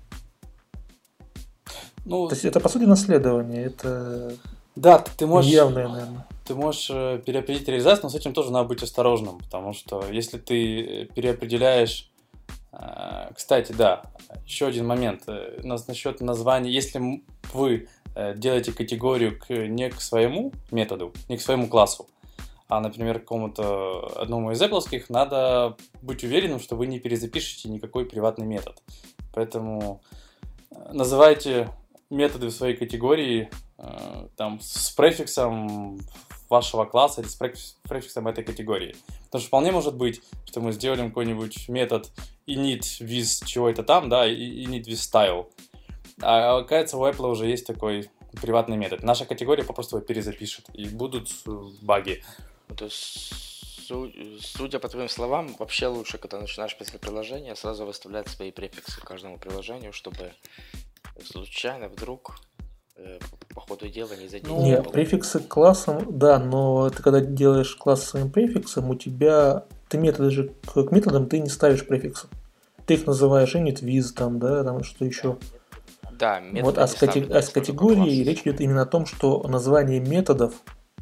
Ну, то есть это, по сути, наследование. Это да, ты можешь, неявное, наверное. Ты можешь переопределить реализацию, но с этим тоже надо быть осторожным, потому что если ты переопределяешь... Кстати, да, еще один момент. Насчет названия. Если вы делаете категорию не к своему методу, не к своему классу, а, например, к какому-то одному из Apple-ских, надо быть уверенным, что вы не перезапишете никакой приватный метод. Поэтому называйте методы в своей категории там, с префиксом вашего класса или с префиксом этой категории. Потому что вполне может быть, что мы сделаем какой-нибудь метод init with чего-то там, да, init with style. А оказывается, у Apple уже есть такой приватный метод. Наша категория попросту его перезапишет, и будут баги. То есть, судя по твоим словам, вообще лучше, когда начинаешь писать приложение, сразу выставлять свои префиксы к каждому приложению, чтобы случайно вдруг по ходу дела не задеть. Нет, префиксы к классам, да, но ты когда делаешь класс своим префиксом, у тебя ты методы же к методам ты не ставишь префиксы. Ты их называешь init with, там, да, там что еще. Да, вот, а с категорией речь идет именно о том, что название методов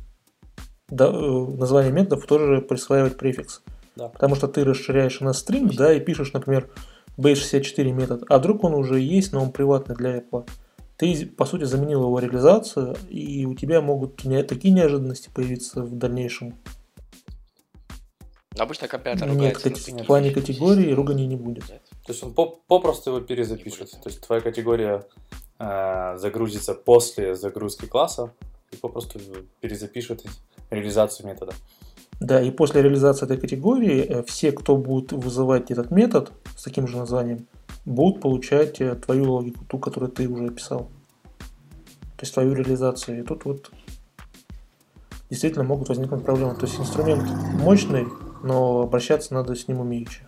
тоже присваивать префикс. Да. Потому что ты расширяешь на string, да, и пишешь, например, base64 метод, а вдруг он уже есть, но он приватный для Apple. Ты, по сути, заменил его реализацию, и у тебя могут такие неожиданности появиться в дальнейшем. Обычно компилятор ругается. Нет, в плане категории ругани не будет. То есть он попросту его перезапишет. То есть твоя категория загрузится после загрузки класса и попросту перезапишет реализацию метода. Да, и после реализации этой категории все, кто будет вызывать этот метод с таким же названием, будут получать твою логику, ту, которую ты уже описал. То есть твою реализацию. И тут вот действительно могут возникнуть проблемы. То есть инструмент мощный, но обращаться надо с ним умеючи.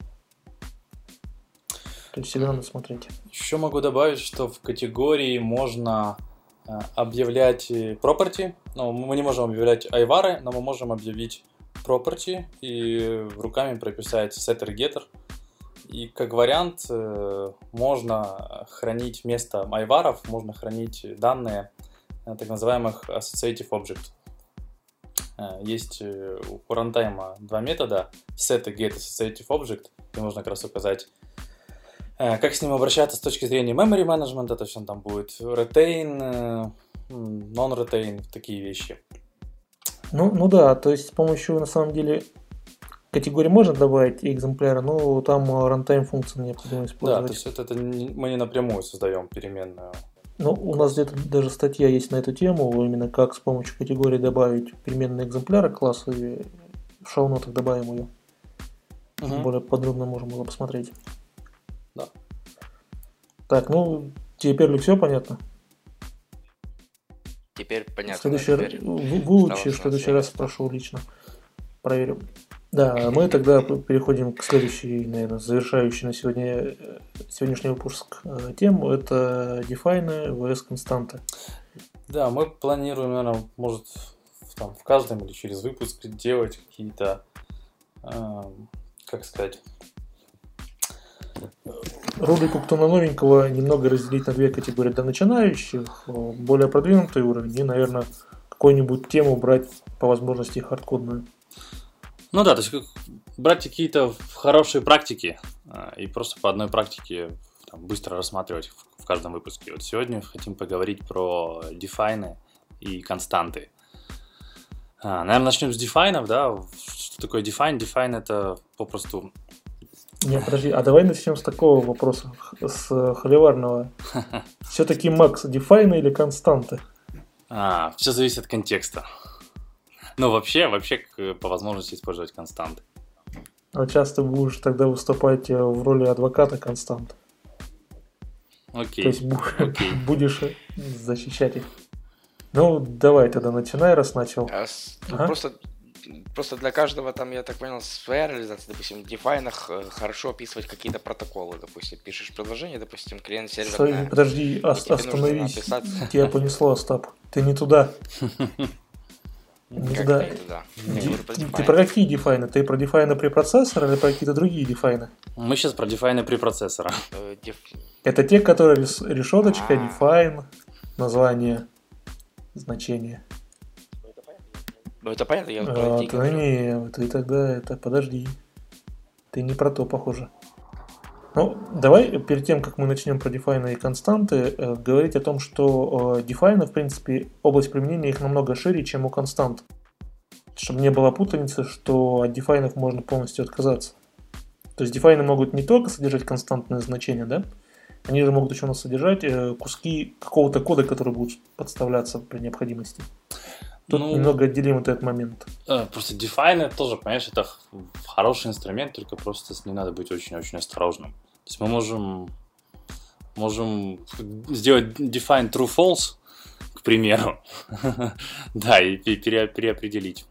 То есть всегда надо смотреть. Еще могу добавить, что в категории можно объявлять property. Ну, мы не можем объявлять айвары, но мы можем объявить property и руками прописать setter и getter. И как вариант можно хранить вместо айваров, можно хранить данные так называемых associative object. Есть у runtime два метода set и get associative object, где можно как раз указать, как с ним обращаться с точки зрения memory management, то есть он там будет retain, non-retain, такие вещи. Ну да, то есть с помощью на самом деле категории можно добавить экземпляры, но там runtime функцию необходимо использовать. Да, то есть это мы не напрямую создаем переменную. Ну, у нас где-то даже статья есть на эту тему, именно как с помощью категории добавить переменные экземпляры класса, и в шоу-нотах добавим ее. Более подробно можем было посмотреть. Да. Так, ну, теперь ли все понятно? Теперь понятно. Выучи, в следующий раз спрошу лично. Проверю. Да, мы тогда переходим к следующей, наверное, завершающей на сегодняшний выпуск тему. Это define vs константы. Да, мы планируем, наверное, может, в каждом или через выпуск делать какие-то, как сказать... Рубрику «Кто-то новенького» немного разделить на две категории. Для начинающих, более продвинутый уровень, и, наверное, какую-нибудь тему брать по возможности хардкодную. Ну да, то есть брать какие-то хорошие практики и просто по одной практике там, быстро рассматривать в каждом выпуске. Вот сегодня хотим поговорить про define и константы. Наверное, начнем с define, да? Что такое define? Define это попросту... Не, подожди, а давай начнем с такого вопроса, с холиварного. Все-таки Макс, define или константы? Все зависит от контекста. Ну, вообще по возможности использовать константы. А часто будешь тогда выступать в роли адвоката констант. Окей. То есть будешь защищать их. Ну, давай тогда начинай, раз начал. Просто для каждого там, я так понял, своя реализация. Допустим, в дефайнах хорошо описывать какие-то протоколы. Допустим, пишешь предложение, допустим, клиент-серверное. Подожди, остановись. Тебя понесло, Остап. Ты не туда. Не туда. Ты про какие дефайны? Ты про дефайны препроцессора или про какие-то другие дефайны? Мы сейчас про дефайны препроцессора. Это те, которые решеточка, дефайн, название, значение. Ну это понятно, я ты тогда подожди. Ты не про то, похоже. Ну, давай перед тем, как мы начнем про дефайны и константы, говорить о том, что дефайны, в принципе, область применения их намного шире, чем у констант. Чтобы не было путаницы, что от дефайнов можно полностью отказаться. То есть дефайны могут не только содержать константные значения, да? Они же могут еще у нас содержать куски какого-то кода, который будут подставляться при необходимости. Тут немного отделим этот момент. Просто define тоже, понимаешь, это хороший инструмент, только просто с ним надо быть очень-очень осторожным. То есть мы можем сделать define true-false, к примеру, да, и переопределить.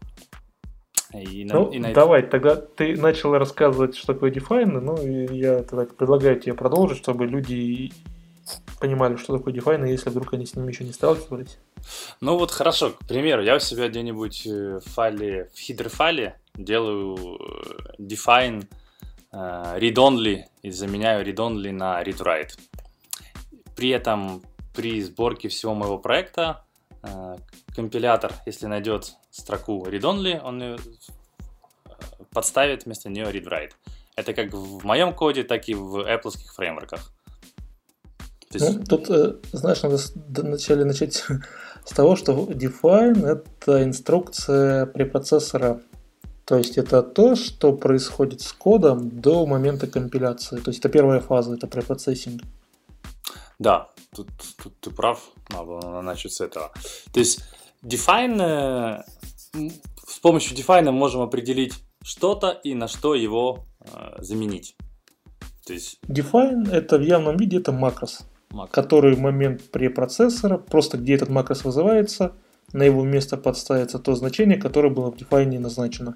Давай, тогда ты начал рассказывать, что такое define, ну и я тогда предлагаю тебе продолжить, чтобы люди понимали, что такое define, если вдруг они с ними еще не сталкивались. Ну вот хорошо, к примеру, я у себя где-нибудь в header файле делаю define read-only и заменяю read-only на read-write. При этом при сборке всего моего проекта компилятор, если найдет строку read-only, он ее подставит вместо нее read-write. Это как в моем коде, так и в Apple-ских фреймворках. Тут, знаешь, надо вначале начать с того, что define — это инструкция препроцессора. То есть это то, что происходит с кодом до момента компиляции. То есть это первая фаза, это препроцессинг. Да, тут ты прав, надо начать с этого. То есть define, с помощью define мы можем определить что-то и на что его заменить. То есть define — это в явном виде это макрос. Который в момент препроцессора, просто где этот макрос вызывается, на его место подставится то значение, которое было в define назначено.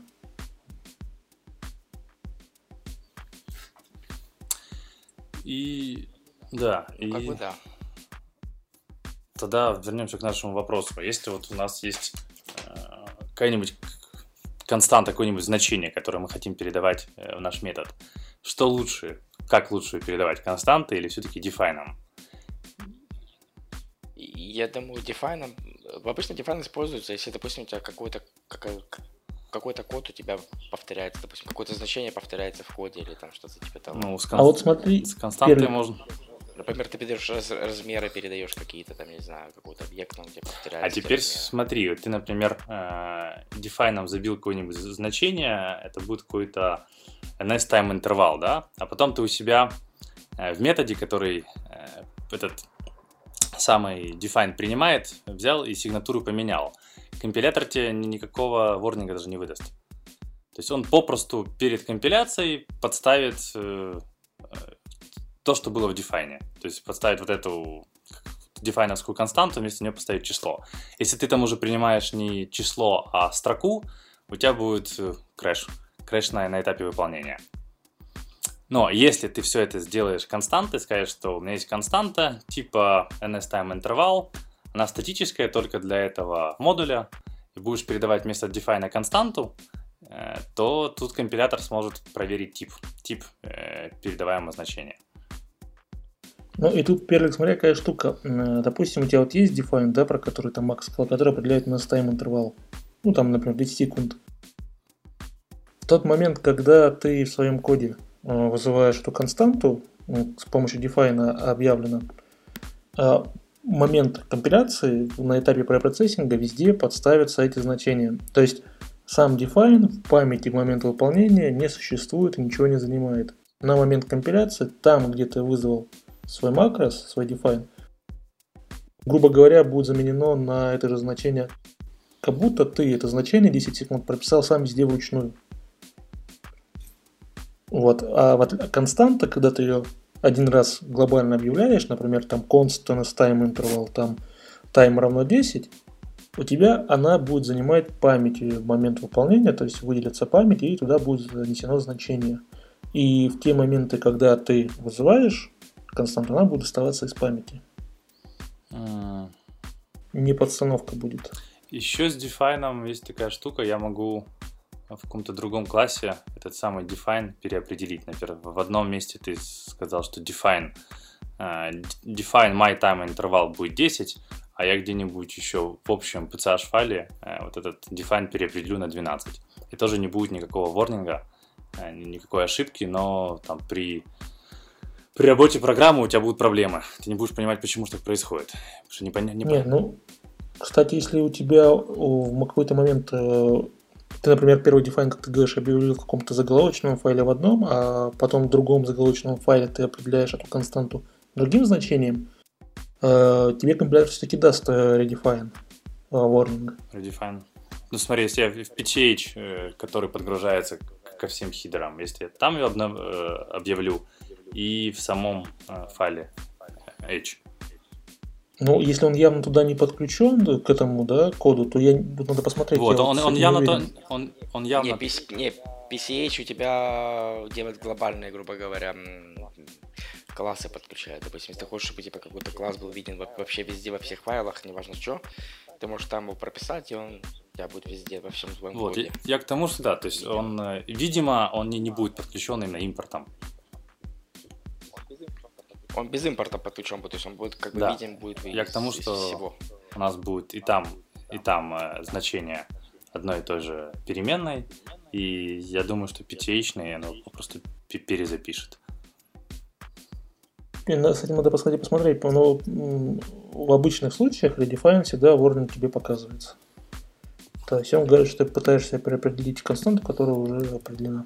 Да. Тогда вернемся к нашему вопросу. Если вот у нас есть какая-нибудь константа, какое-нибудь значение, которое мы хотим передавать в наш метод, что лучше, как лучше передавать, константы или все-таки define? Я думаю, обычно define используется, если, допустим, у тебя какой-то код у тебя повторяется, допустим, какое-то значение повторяется в коде или там что-то типа того. Вот смотри, с константой можно... Например, ты передаешь размеры, передаешь какие-то там, не знаю, какой-то объект, там, где повторяется. А теперь смотри, ты, например, define забил какое-нибудь значение, это будет какой-то nTime интервал, да? А потом ты у себя в методе, который этот самый define принимает, взял и сигнатуру поменял. Компилятор тебе никакого ворнинга даже не выдаст. То есть он попросту перед компиляцией подставит то, что было в define. То есть подставит вот эту дефайновскую константу, вместо нее поставить число. Если ты там уже принимаешь не число, а строку, у тебя будет крэш на этапе выполнения. Но если ты все это сделаешь константой, скажешь, что у меня есть константа типа nstime интервал, она статическая только для этого модуля, и будешь передавать вместо define константу, то тут компилятор сможет проверить тип передаваемого значения. Ну и тут, первый, смотря какая штука. Допустим, у тебя вот есть define, да, про который там Макс сказал, который определяет nstime интервал. Ну там, например, 10 секунд. В тот момент, когда ты в своем коде вызываешь эту константу, с помощью define объявлено, момент компиляции на этапе препроцессинга везде подставятся эти значения. То есть сам define в памяти к моменту выполнения не существует и ничего не занимает. На момент компиляции, там, где ты вызвал свой макрос, свой define, грубо говоря, будет заменено на это же значение, как будто ты это значение 10 секунд прописал сам везде вручную. Вот. А константа, когда ты ее один раз глобально объявляешь, например, там constants time interval, там time равно 10, у тебя она будет занимать память в момент выполнения, то есть выделится память, и туда будет занесено значение. И в те моменты, когда ты вызываешь константу, она будет оставаться из памяти. Не подстановка будет. Еще с define есть такая штука, я могу в каком-то другом классе этот самый define переопределить. Например, в одном месте ты сказал, что define my time interval будет 10, а я где-нибудь еще в общем PCH файле вот этот define переопределю на 12. И тоже не будет никакого ворнинга, никакой ошибки, но там при работе программы у тебя будут проблемы. Ты не будешь понимать, почему так происходит. Потому что Нет, кстати, если у тебя в какой-то момент ты, например, первый define, как ты говоришь, объявил в каком-то заголовочном файле в одном, а потом в другом заголовочном файле ты определяешь эту константу другим значением, тебе компилятор все-таки даст redefine warning. Redefine. Ну смотри, если я в PTH, который подгружается ко всем хидерам, если я там ее объявлю и в самом файле H. Ну, если он явно туда не подключен к этому, да, коду, то надо посмотреть. Вот, он явно Не, PCH у тебя делает глобальные, грубо говоря, классы подключает. Допустим, если ты хочешь, чтобы у тебя какой-то класс был виден вообще везде, во всех файлах, неважно что, ты можешь там его прописать, и он у тебя будет везде, во всем твоем вот, коде. Я к тому, что да, то есть он, видимо, он не будет подключен именно импортом. Он без импорта подключен, то есть он будет как бы виден, будет Я к тому, что всего. У нас будет и там значение одной и той же переменной, и я думаю, что PTH-ный оно просто перезапишет. С этим надо посходить посмотреть, но в обычных случаях redefine всегда warning тебе показывается. То есть он говорит, что ты пытаешься переопределить константу, которая уже определена.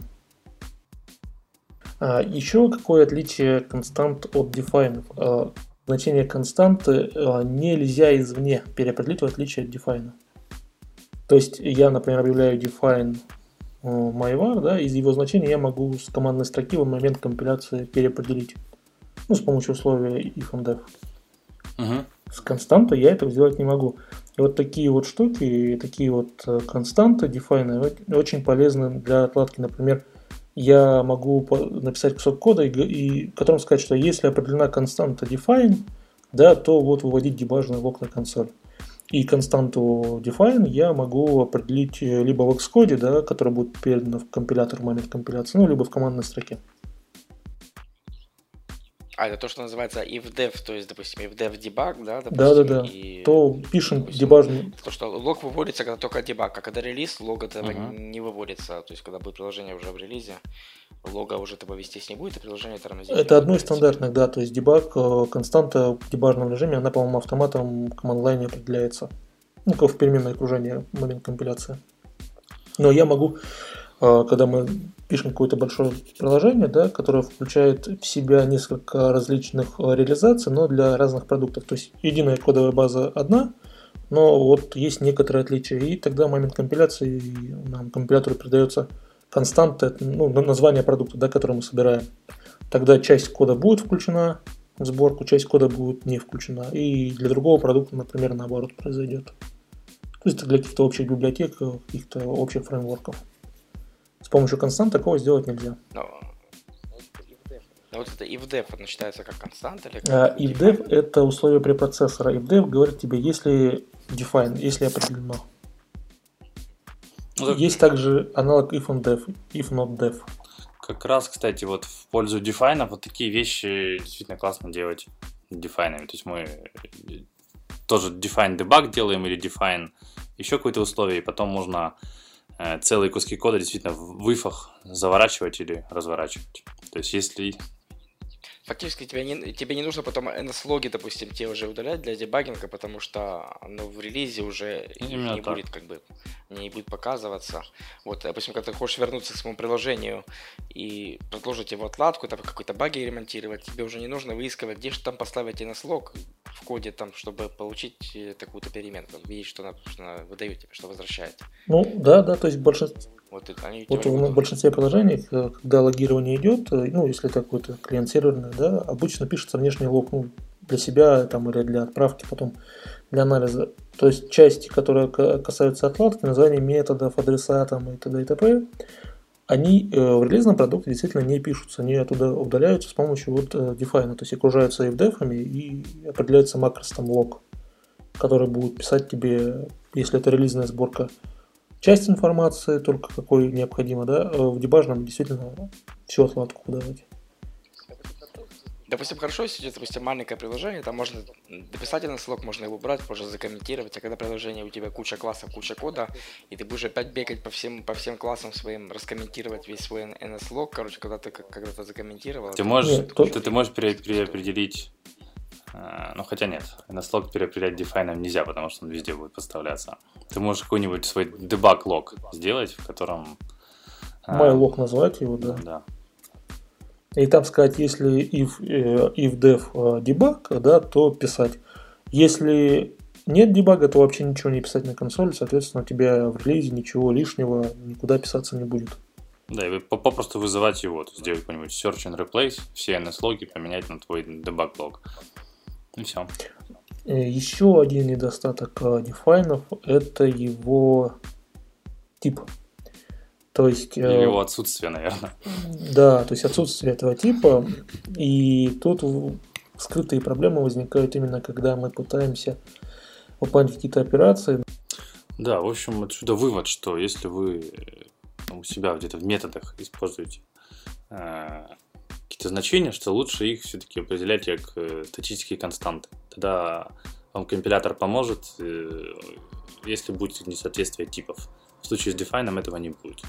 Еще какое отличие констант от define? Значение константы нельзя извне переопределить, в отличие от define. То есть я, например, объявляю define myvar, да, из его значения я могу с командной строки в момент компиляции переопределить. С помощью условия if and def. Угу. С константой я этого сделать не могу. И вот такие вот штуки, такие вот константы define очень полезны для отладки. Например, я могу написать кусок кода, и которым сказать, что если определена константа define, да, то вот выводить дебажный в окна консоль. И константу define я могу определить либо в Xcode, да, который будет передано в компилятор в момент компиляции, либо в командной строке. Это то, что называется if-def, то есть, допустим, if-def debug, да, допустим, да. То пишем, допустим, дебажный. То, что лог выводится, когда только дебаг, а когда релиз, лог этого не выводится. То есть, когда будет приложение уже в релизе, лога уже этого вестись не будет, и приложение тормозит. Это одно из стандартных, да, то есть дебаг, константа в дебажном режиме, она, по-моему, автоматом в команд-лайне определяется. Как в переменное окружение в момент компиляции. Но я могу, когда мы пишем какое-то большое приложение, да, которое включает в себя несколько различных реализаций, но для разных продуктов. То есть единая кодовая база одна, но вот есть некоторые отличия. И тогда в момент компиляции нам компилятору передается константа, название продукта, да, который мы собираем. Тогда часть кода будет включена в сборку, часть кода будет не включена. И для другого продукта, например, наоборот произойдет. То есть для каких-то общих библиотек, каких-то общих фреймворков. С помощью констант такого сделать нельзя. Вот это if-def, это считается как константа? If-def это условие препроцессора. If-def говорит тебе, если define, если определено. Есть также аналог if and def, if not def. Как раз, кстати, вот в пользу define вот такие вещи действительно классно делать define. То есть мы тоже define debug делаем или define еще какое-то условие, и потом можно целые куски кода действительно в ифах заворачивать или разворачивать. То есть если... фактически тебе не нужно потом NS-логи, допустим, те уже удалять для дебагинга, потому что оно в релизе уже Именно не так. будет не будет показываться. Вот, допустим, когда ты хочешь вернуться к своему приложению и продолжить его отладку, там какой-то баги ремонтировать, тебе уже не нужно выискивать, где же там поставить NS-лог в коде, там, чтобы получить такую-то переменку, видеть, что она выдает тебе, что возвращает. Ну, да, то есть Вот они вот в большинстве приложений, когда логирование идет, ну, если это какой-то клиент серверный, да, обычно пишется внешний лог, ну, для себя там, или для отправки, потом для анализа. То есть части, которые касаются отладки, названия методов, адреса там, и т.д. и т.п., они в релизном продукте действительно не пишутся, они оттуда удаляются с помощью вот define, то есть окружаются ifdef'ами и определяется макрос там лог, который будет писать тебе, если это релизная сборка, часть информации, только какой необходимо, да, в дебажном действительно всю отладку выдавать. Допустим, хорошо, если, допустим, маленькое приложение, там можно дописать NS-лог, можно его убрать, можно закомментировать, а когда приложение у тебя куча классов, куча кода, и ты будешь опять бегать по всем классам своим, раскомментировать весь свой NS-лог, короче, когда ты когда-то закомментировал. Ты можешь переопределить, ну хотя нет, NS-лог переопределять define нельзя, потому что он везде будет подставляться. Ты можешь какой-нибудь свой debug-лог сделать, в котором... MyLog назвать его, да. Да. И там сказать, если if-def debug, да, то писать. Если нет дебага, то вообще ничего не писать на консоли, соответственно, у тебя в релизе ничего лишнего никуда писаться не будет. Да, и вы попросту вызывать его, сделать какой-нибудь search and replace, все NS-логи поменять на твой debug-лог. И все. Еще один недостаток define — это его тип. То есть, или его отсутствие, наверное. Да, то есть отсутствие этого типа. И тут скрытые проблемы возникают именно когда мы пытаемся выполнять какие-то операции. Да, в общем, отсюда вывод, что если вы у себя где-то в методах используете какие-то значения, что лучше их все-таки определять как статические константы. Тогда вам компилятор поможет, если будет несоответствие типов. В случае с define этого не будет.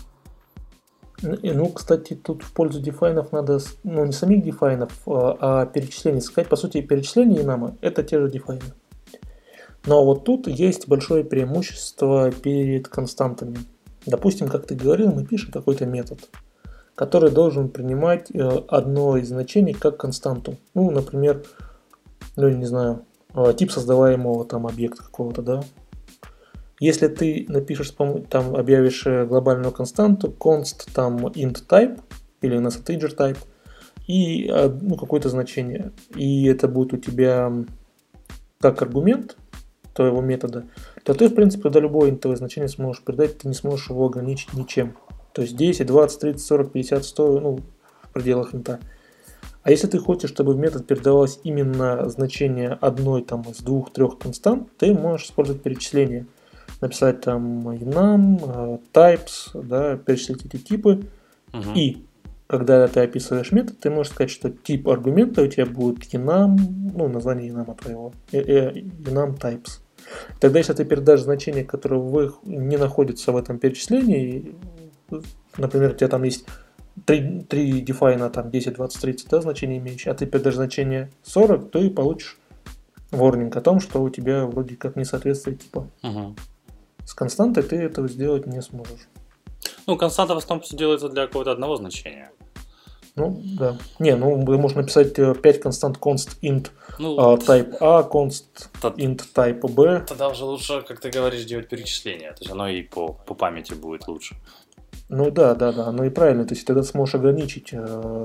Ну, кстати, тут в пользу дефайнов надо, ну, не самих дефайнов, а перечислений сказать. По сути, перечисления Enum — это те же дефайны. Но вот тут есть большое преимущество перед константами. Допустим, как ты говорил, мы пишем какой-то метод, который должен принимать одно из значений как константу. Ну, например, ну, не знаю, тип создаваемого там объекта какого-то, да. Если ты напишешь, там объявишь глобальную константу, const там int type или integer type и ну, какое-то значение, и это будет у тебя как аргумент твоего метода, то ты, в принципе, туда любое интовое значение сможешь передать, ты не сможешь его ограничить ничем. То есть 10, 20, 30, 40, 50, 100, ну, в пределах инта. А если ты хочешь, чтобы в метод передавалось именно значение одной там, из 2-3 констант, ты можешь использовать перечисление. Написать там enum, types, да, перечислить эти типы. И когда ты описываешь метод, ты можешь сказать, что тип аргумента у тебя будет enum, ну, название enum твоего, enum types. Тогда, если ты передашь значение, которое не находится в этом перечислении, например, у тебя там есть 3 define, там 10, 20, 30, да, значения имеющие, а ты передашь значение 40, то и получишь warning о том, что у тебя вроде как не соответствует типа. С константой ты этого сделать не сможешь. Ну, константа в основном делается для какого-то одного значения. Ну, да. Не, ну, можно написать 5 констант const int type A, const int type B. Тогда уже лучше, как ты говоришь, делать перечисление. То есть оно и по памяти будет лучше. Ну, да, ну и правильно. То есть тогда сможешь ограничить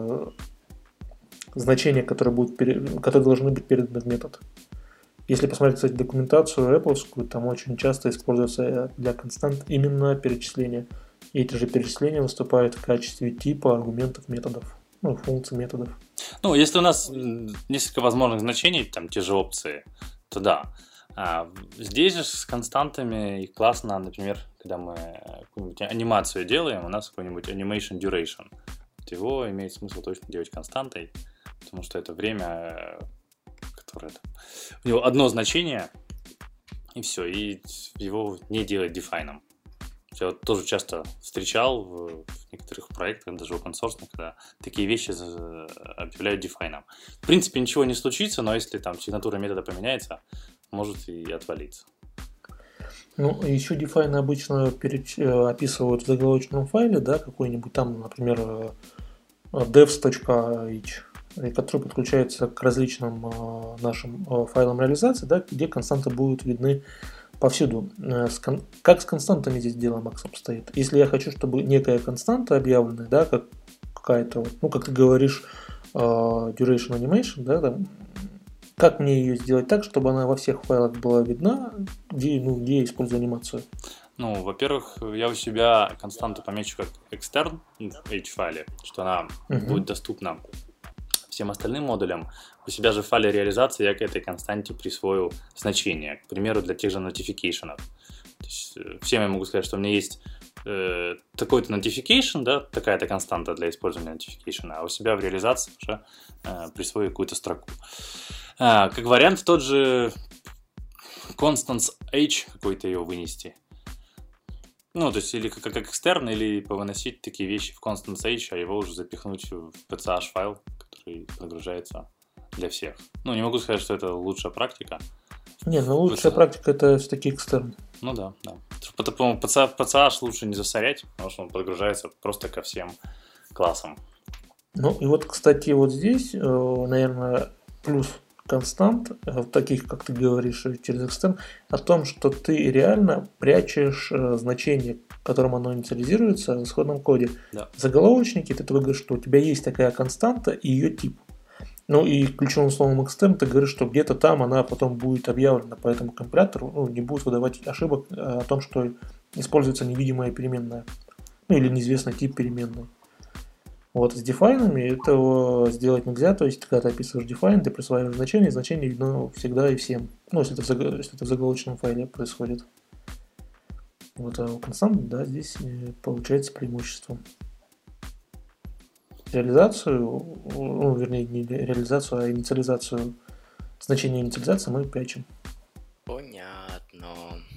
значения, которые должны быть переданы в метод. Если посмотреть, кстати, документацию Apple, там очень часто используется для констант именно перечисления. И эти же перечисления выступают в качестве типа аргументов методов, ну, функций методов. Ну, если у нас несколько возможных значений, там те же опции, то да. Здесь же с константами их классно, например, когда мы какую-нибудь анимацию делаем, у нас какой-нибудь animation duration. Его имеет смысл точно делать константой, потому что это время, которое у него одно значение, и все, и его не делать дефайном. Я вот тоже часто встречал в в некоторых проектах, даже open source, когда такие вещи объявляют define. В принципе, ничего не случится, но если там сигнатура метода поменяется, может и отвалиться. Ну, еще define обычно описывают в заголовочном файле, да, какой-нибудь там, например, devs.h, который подключается к различным нашим файлам реализации, да, где константы будут видны повсюду. Как с константами здесь дело, Макс, обстоит? Если я хочу, чтобы некая константа объявленная, да, как какая-то, ну, как ты говоришь, duration animation, да, там, как мне ее сделать так, чтобы она во всех файлах была видна, где я использую анимацию? Ну, во-первых, я у себя константу помечу как extern в H-файле, что она будет доступна всем остальным модулям. У себя же в файле реализации я к этой константе присвою значение, к примеру, для тех же notification. То есть, всем я могу сказать, что у меня есть такой-то notification, да, такая-то константа для использования notification, а у себя в реализации уже присвою какую-то строку. Как вариант, тот же constants h какой-то ее вынести. Ну, то есть, или как экстерн, или повыносить такие вещи в constants h, а его уже запихнуть в PCH файл, который прогружается для всех. Ну, не могу сказать, что это лучшая практика. Не, ну лучшая практика это все-таки экстерн. Ну да. По-моему, PCH лучше не засорять, потому что он подгружается просто ко всем классам. Ну и вот, кстати, вот здесь, наверное, плюс констант, таких, как ты говоришь, через экстерн, о том, что ты реально прячешь значение, которым оно инициализируется в исходном коде. Да. В заголовочнике ты говоришь, что у тебя есть такая константа и ее тип. Ну и ключевым словом extern ты говоришь, что где-то там она потом будет объявлена, поэтому компилятор не будет выдавать ошибок о том, что используется невидимая переменная. Ну или неизвестный тип переменной. Вот с дефайнами этого сделать нельзя, то есть когда ты описываешь define, ты присваиваешь значение, и значение видно всегда и всем. Ну, если это в заголовочном файле происходит. Вот, а у констант, да, здесь получается преимущество. Реализацию, вернее, не реализацию, а инициализацию, значение инициализации мы прячем. Понятно.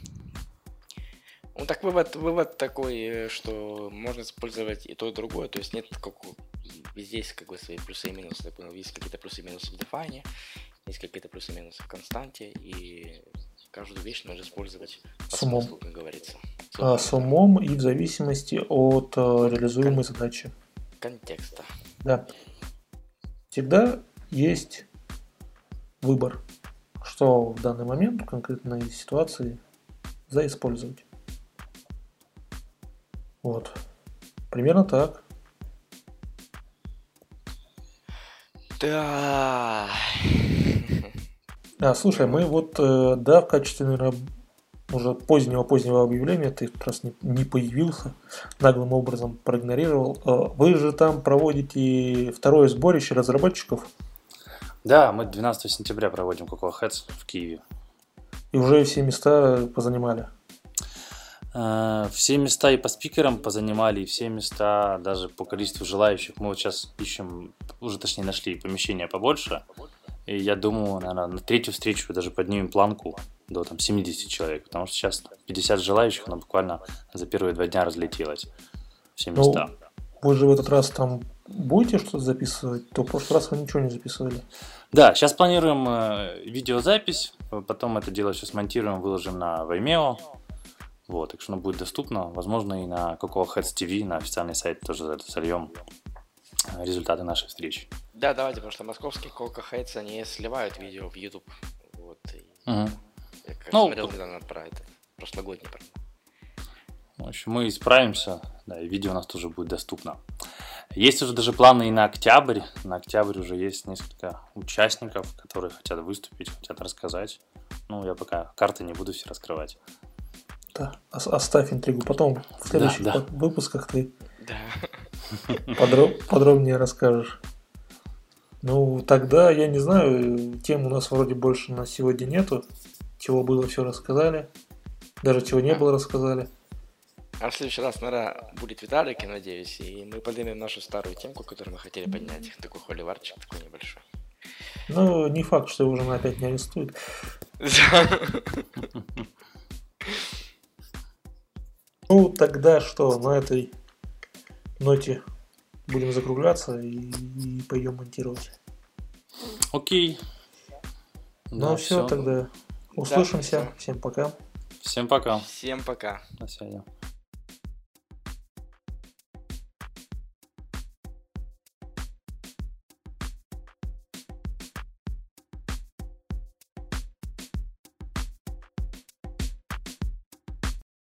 Ну так вывод такой, что можно использовать и то, и другое, то есть нет везде есть как бы свои плюсы и минусы. Я понял, есть какие-то плюсы и минусы в define, есть какие-то плюсы и минусы в константе, и каждую вещь нужно использовать по смыслу, как говорится. С умом и в зависимости от реализуемой задачи. Контекста. Да. Всегда есть выбор, что в данный момент в конкретной ситуации заиспользовать. Вот. Примерно так. Да. Слушай, мы вот, в качестве, наверное, уже позднего объявления, ты как раз не появился, наглым образом проигнорировал. Вы же там проводите второе сборище разработчиков. Да, мы 12 сентября проводим Cocoa Heads в Киеве. И уже все места позанимали. Все места и по спикерам позанимали, и все места даже по количеству желающих. Мы вот сейчас ищем, уже точнее нашли помещение побольше. И я думаю, наверное, на третью встречу даже поднимем планку до 70 человек, потому что сейчас 50 желающих, но буквально за первые 2 дня разлетелось все места. Вы же в этот раз там будете что-то записывать? То в прошлый раз вы ничего не записывали. Да, сейчас планируем видеозапись, потом это дело все смонтируем, выложим на Vimeo. Вот, так что оно будет доступно. Возможно, и на Cocoa Heads TV, на официальный сайт тоже сольем результаты нашей встречи. Да, давайте, потому что московские Cocoa Heads, они сливают видео в YouTube. Вот. Я смотрел недавно про это, прошлогодний. В общем, мы исправимся, да, и видео у нас тоже будет доступно. Есть уже даже планы и на октябрь. На октябрь уже есть несколько участников, которые хотят выступить, хотят рассказать. Ну, я пока карты не буду все раскрывать. Да, оставь интригу. Потом в следующих выпусках ты Да. подробнее расскажешь. Ну, тогда, я не знаю, тем у нас вроде больше на сегодня нету. Чего было, все рассказали. Даже чего не было, рассказали. А в следующий раз, наверное, будет Виталик, я надеюсь, и мы поднимем нашу старую темку, которую мы хотели поднять. Такой холиварчик, такой небольшой. Ну, не факт, что его жена опять не арестует. Ну, тогда что, на этой ноте будем закругляться и пойдем монтировать. Окей. Ну все, тогда услышимся. Всем пока. Всем пока. Всем пока. До связи.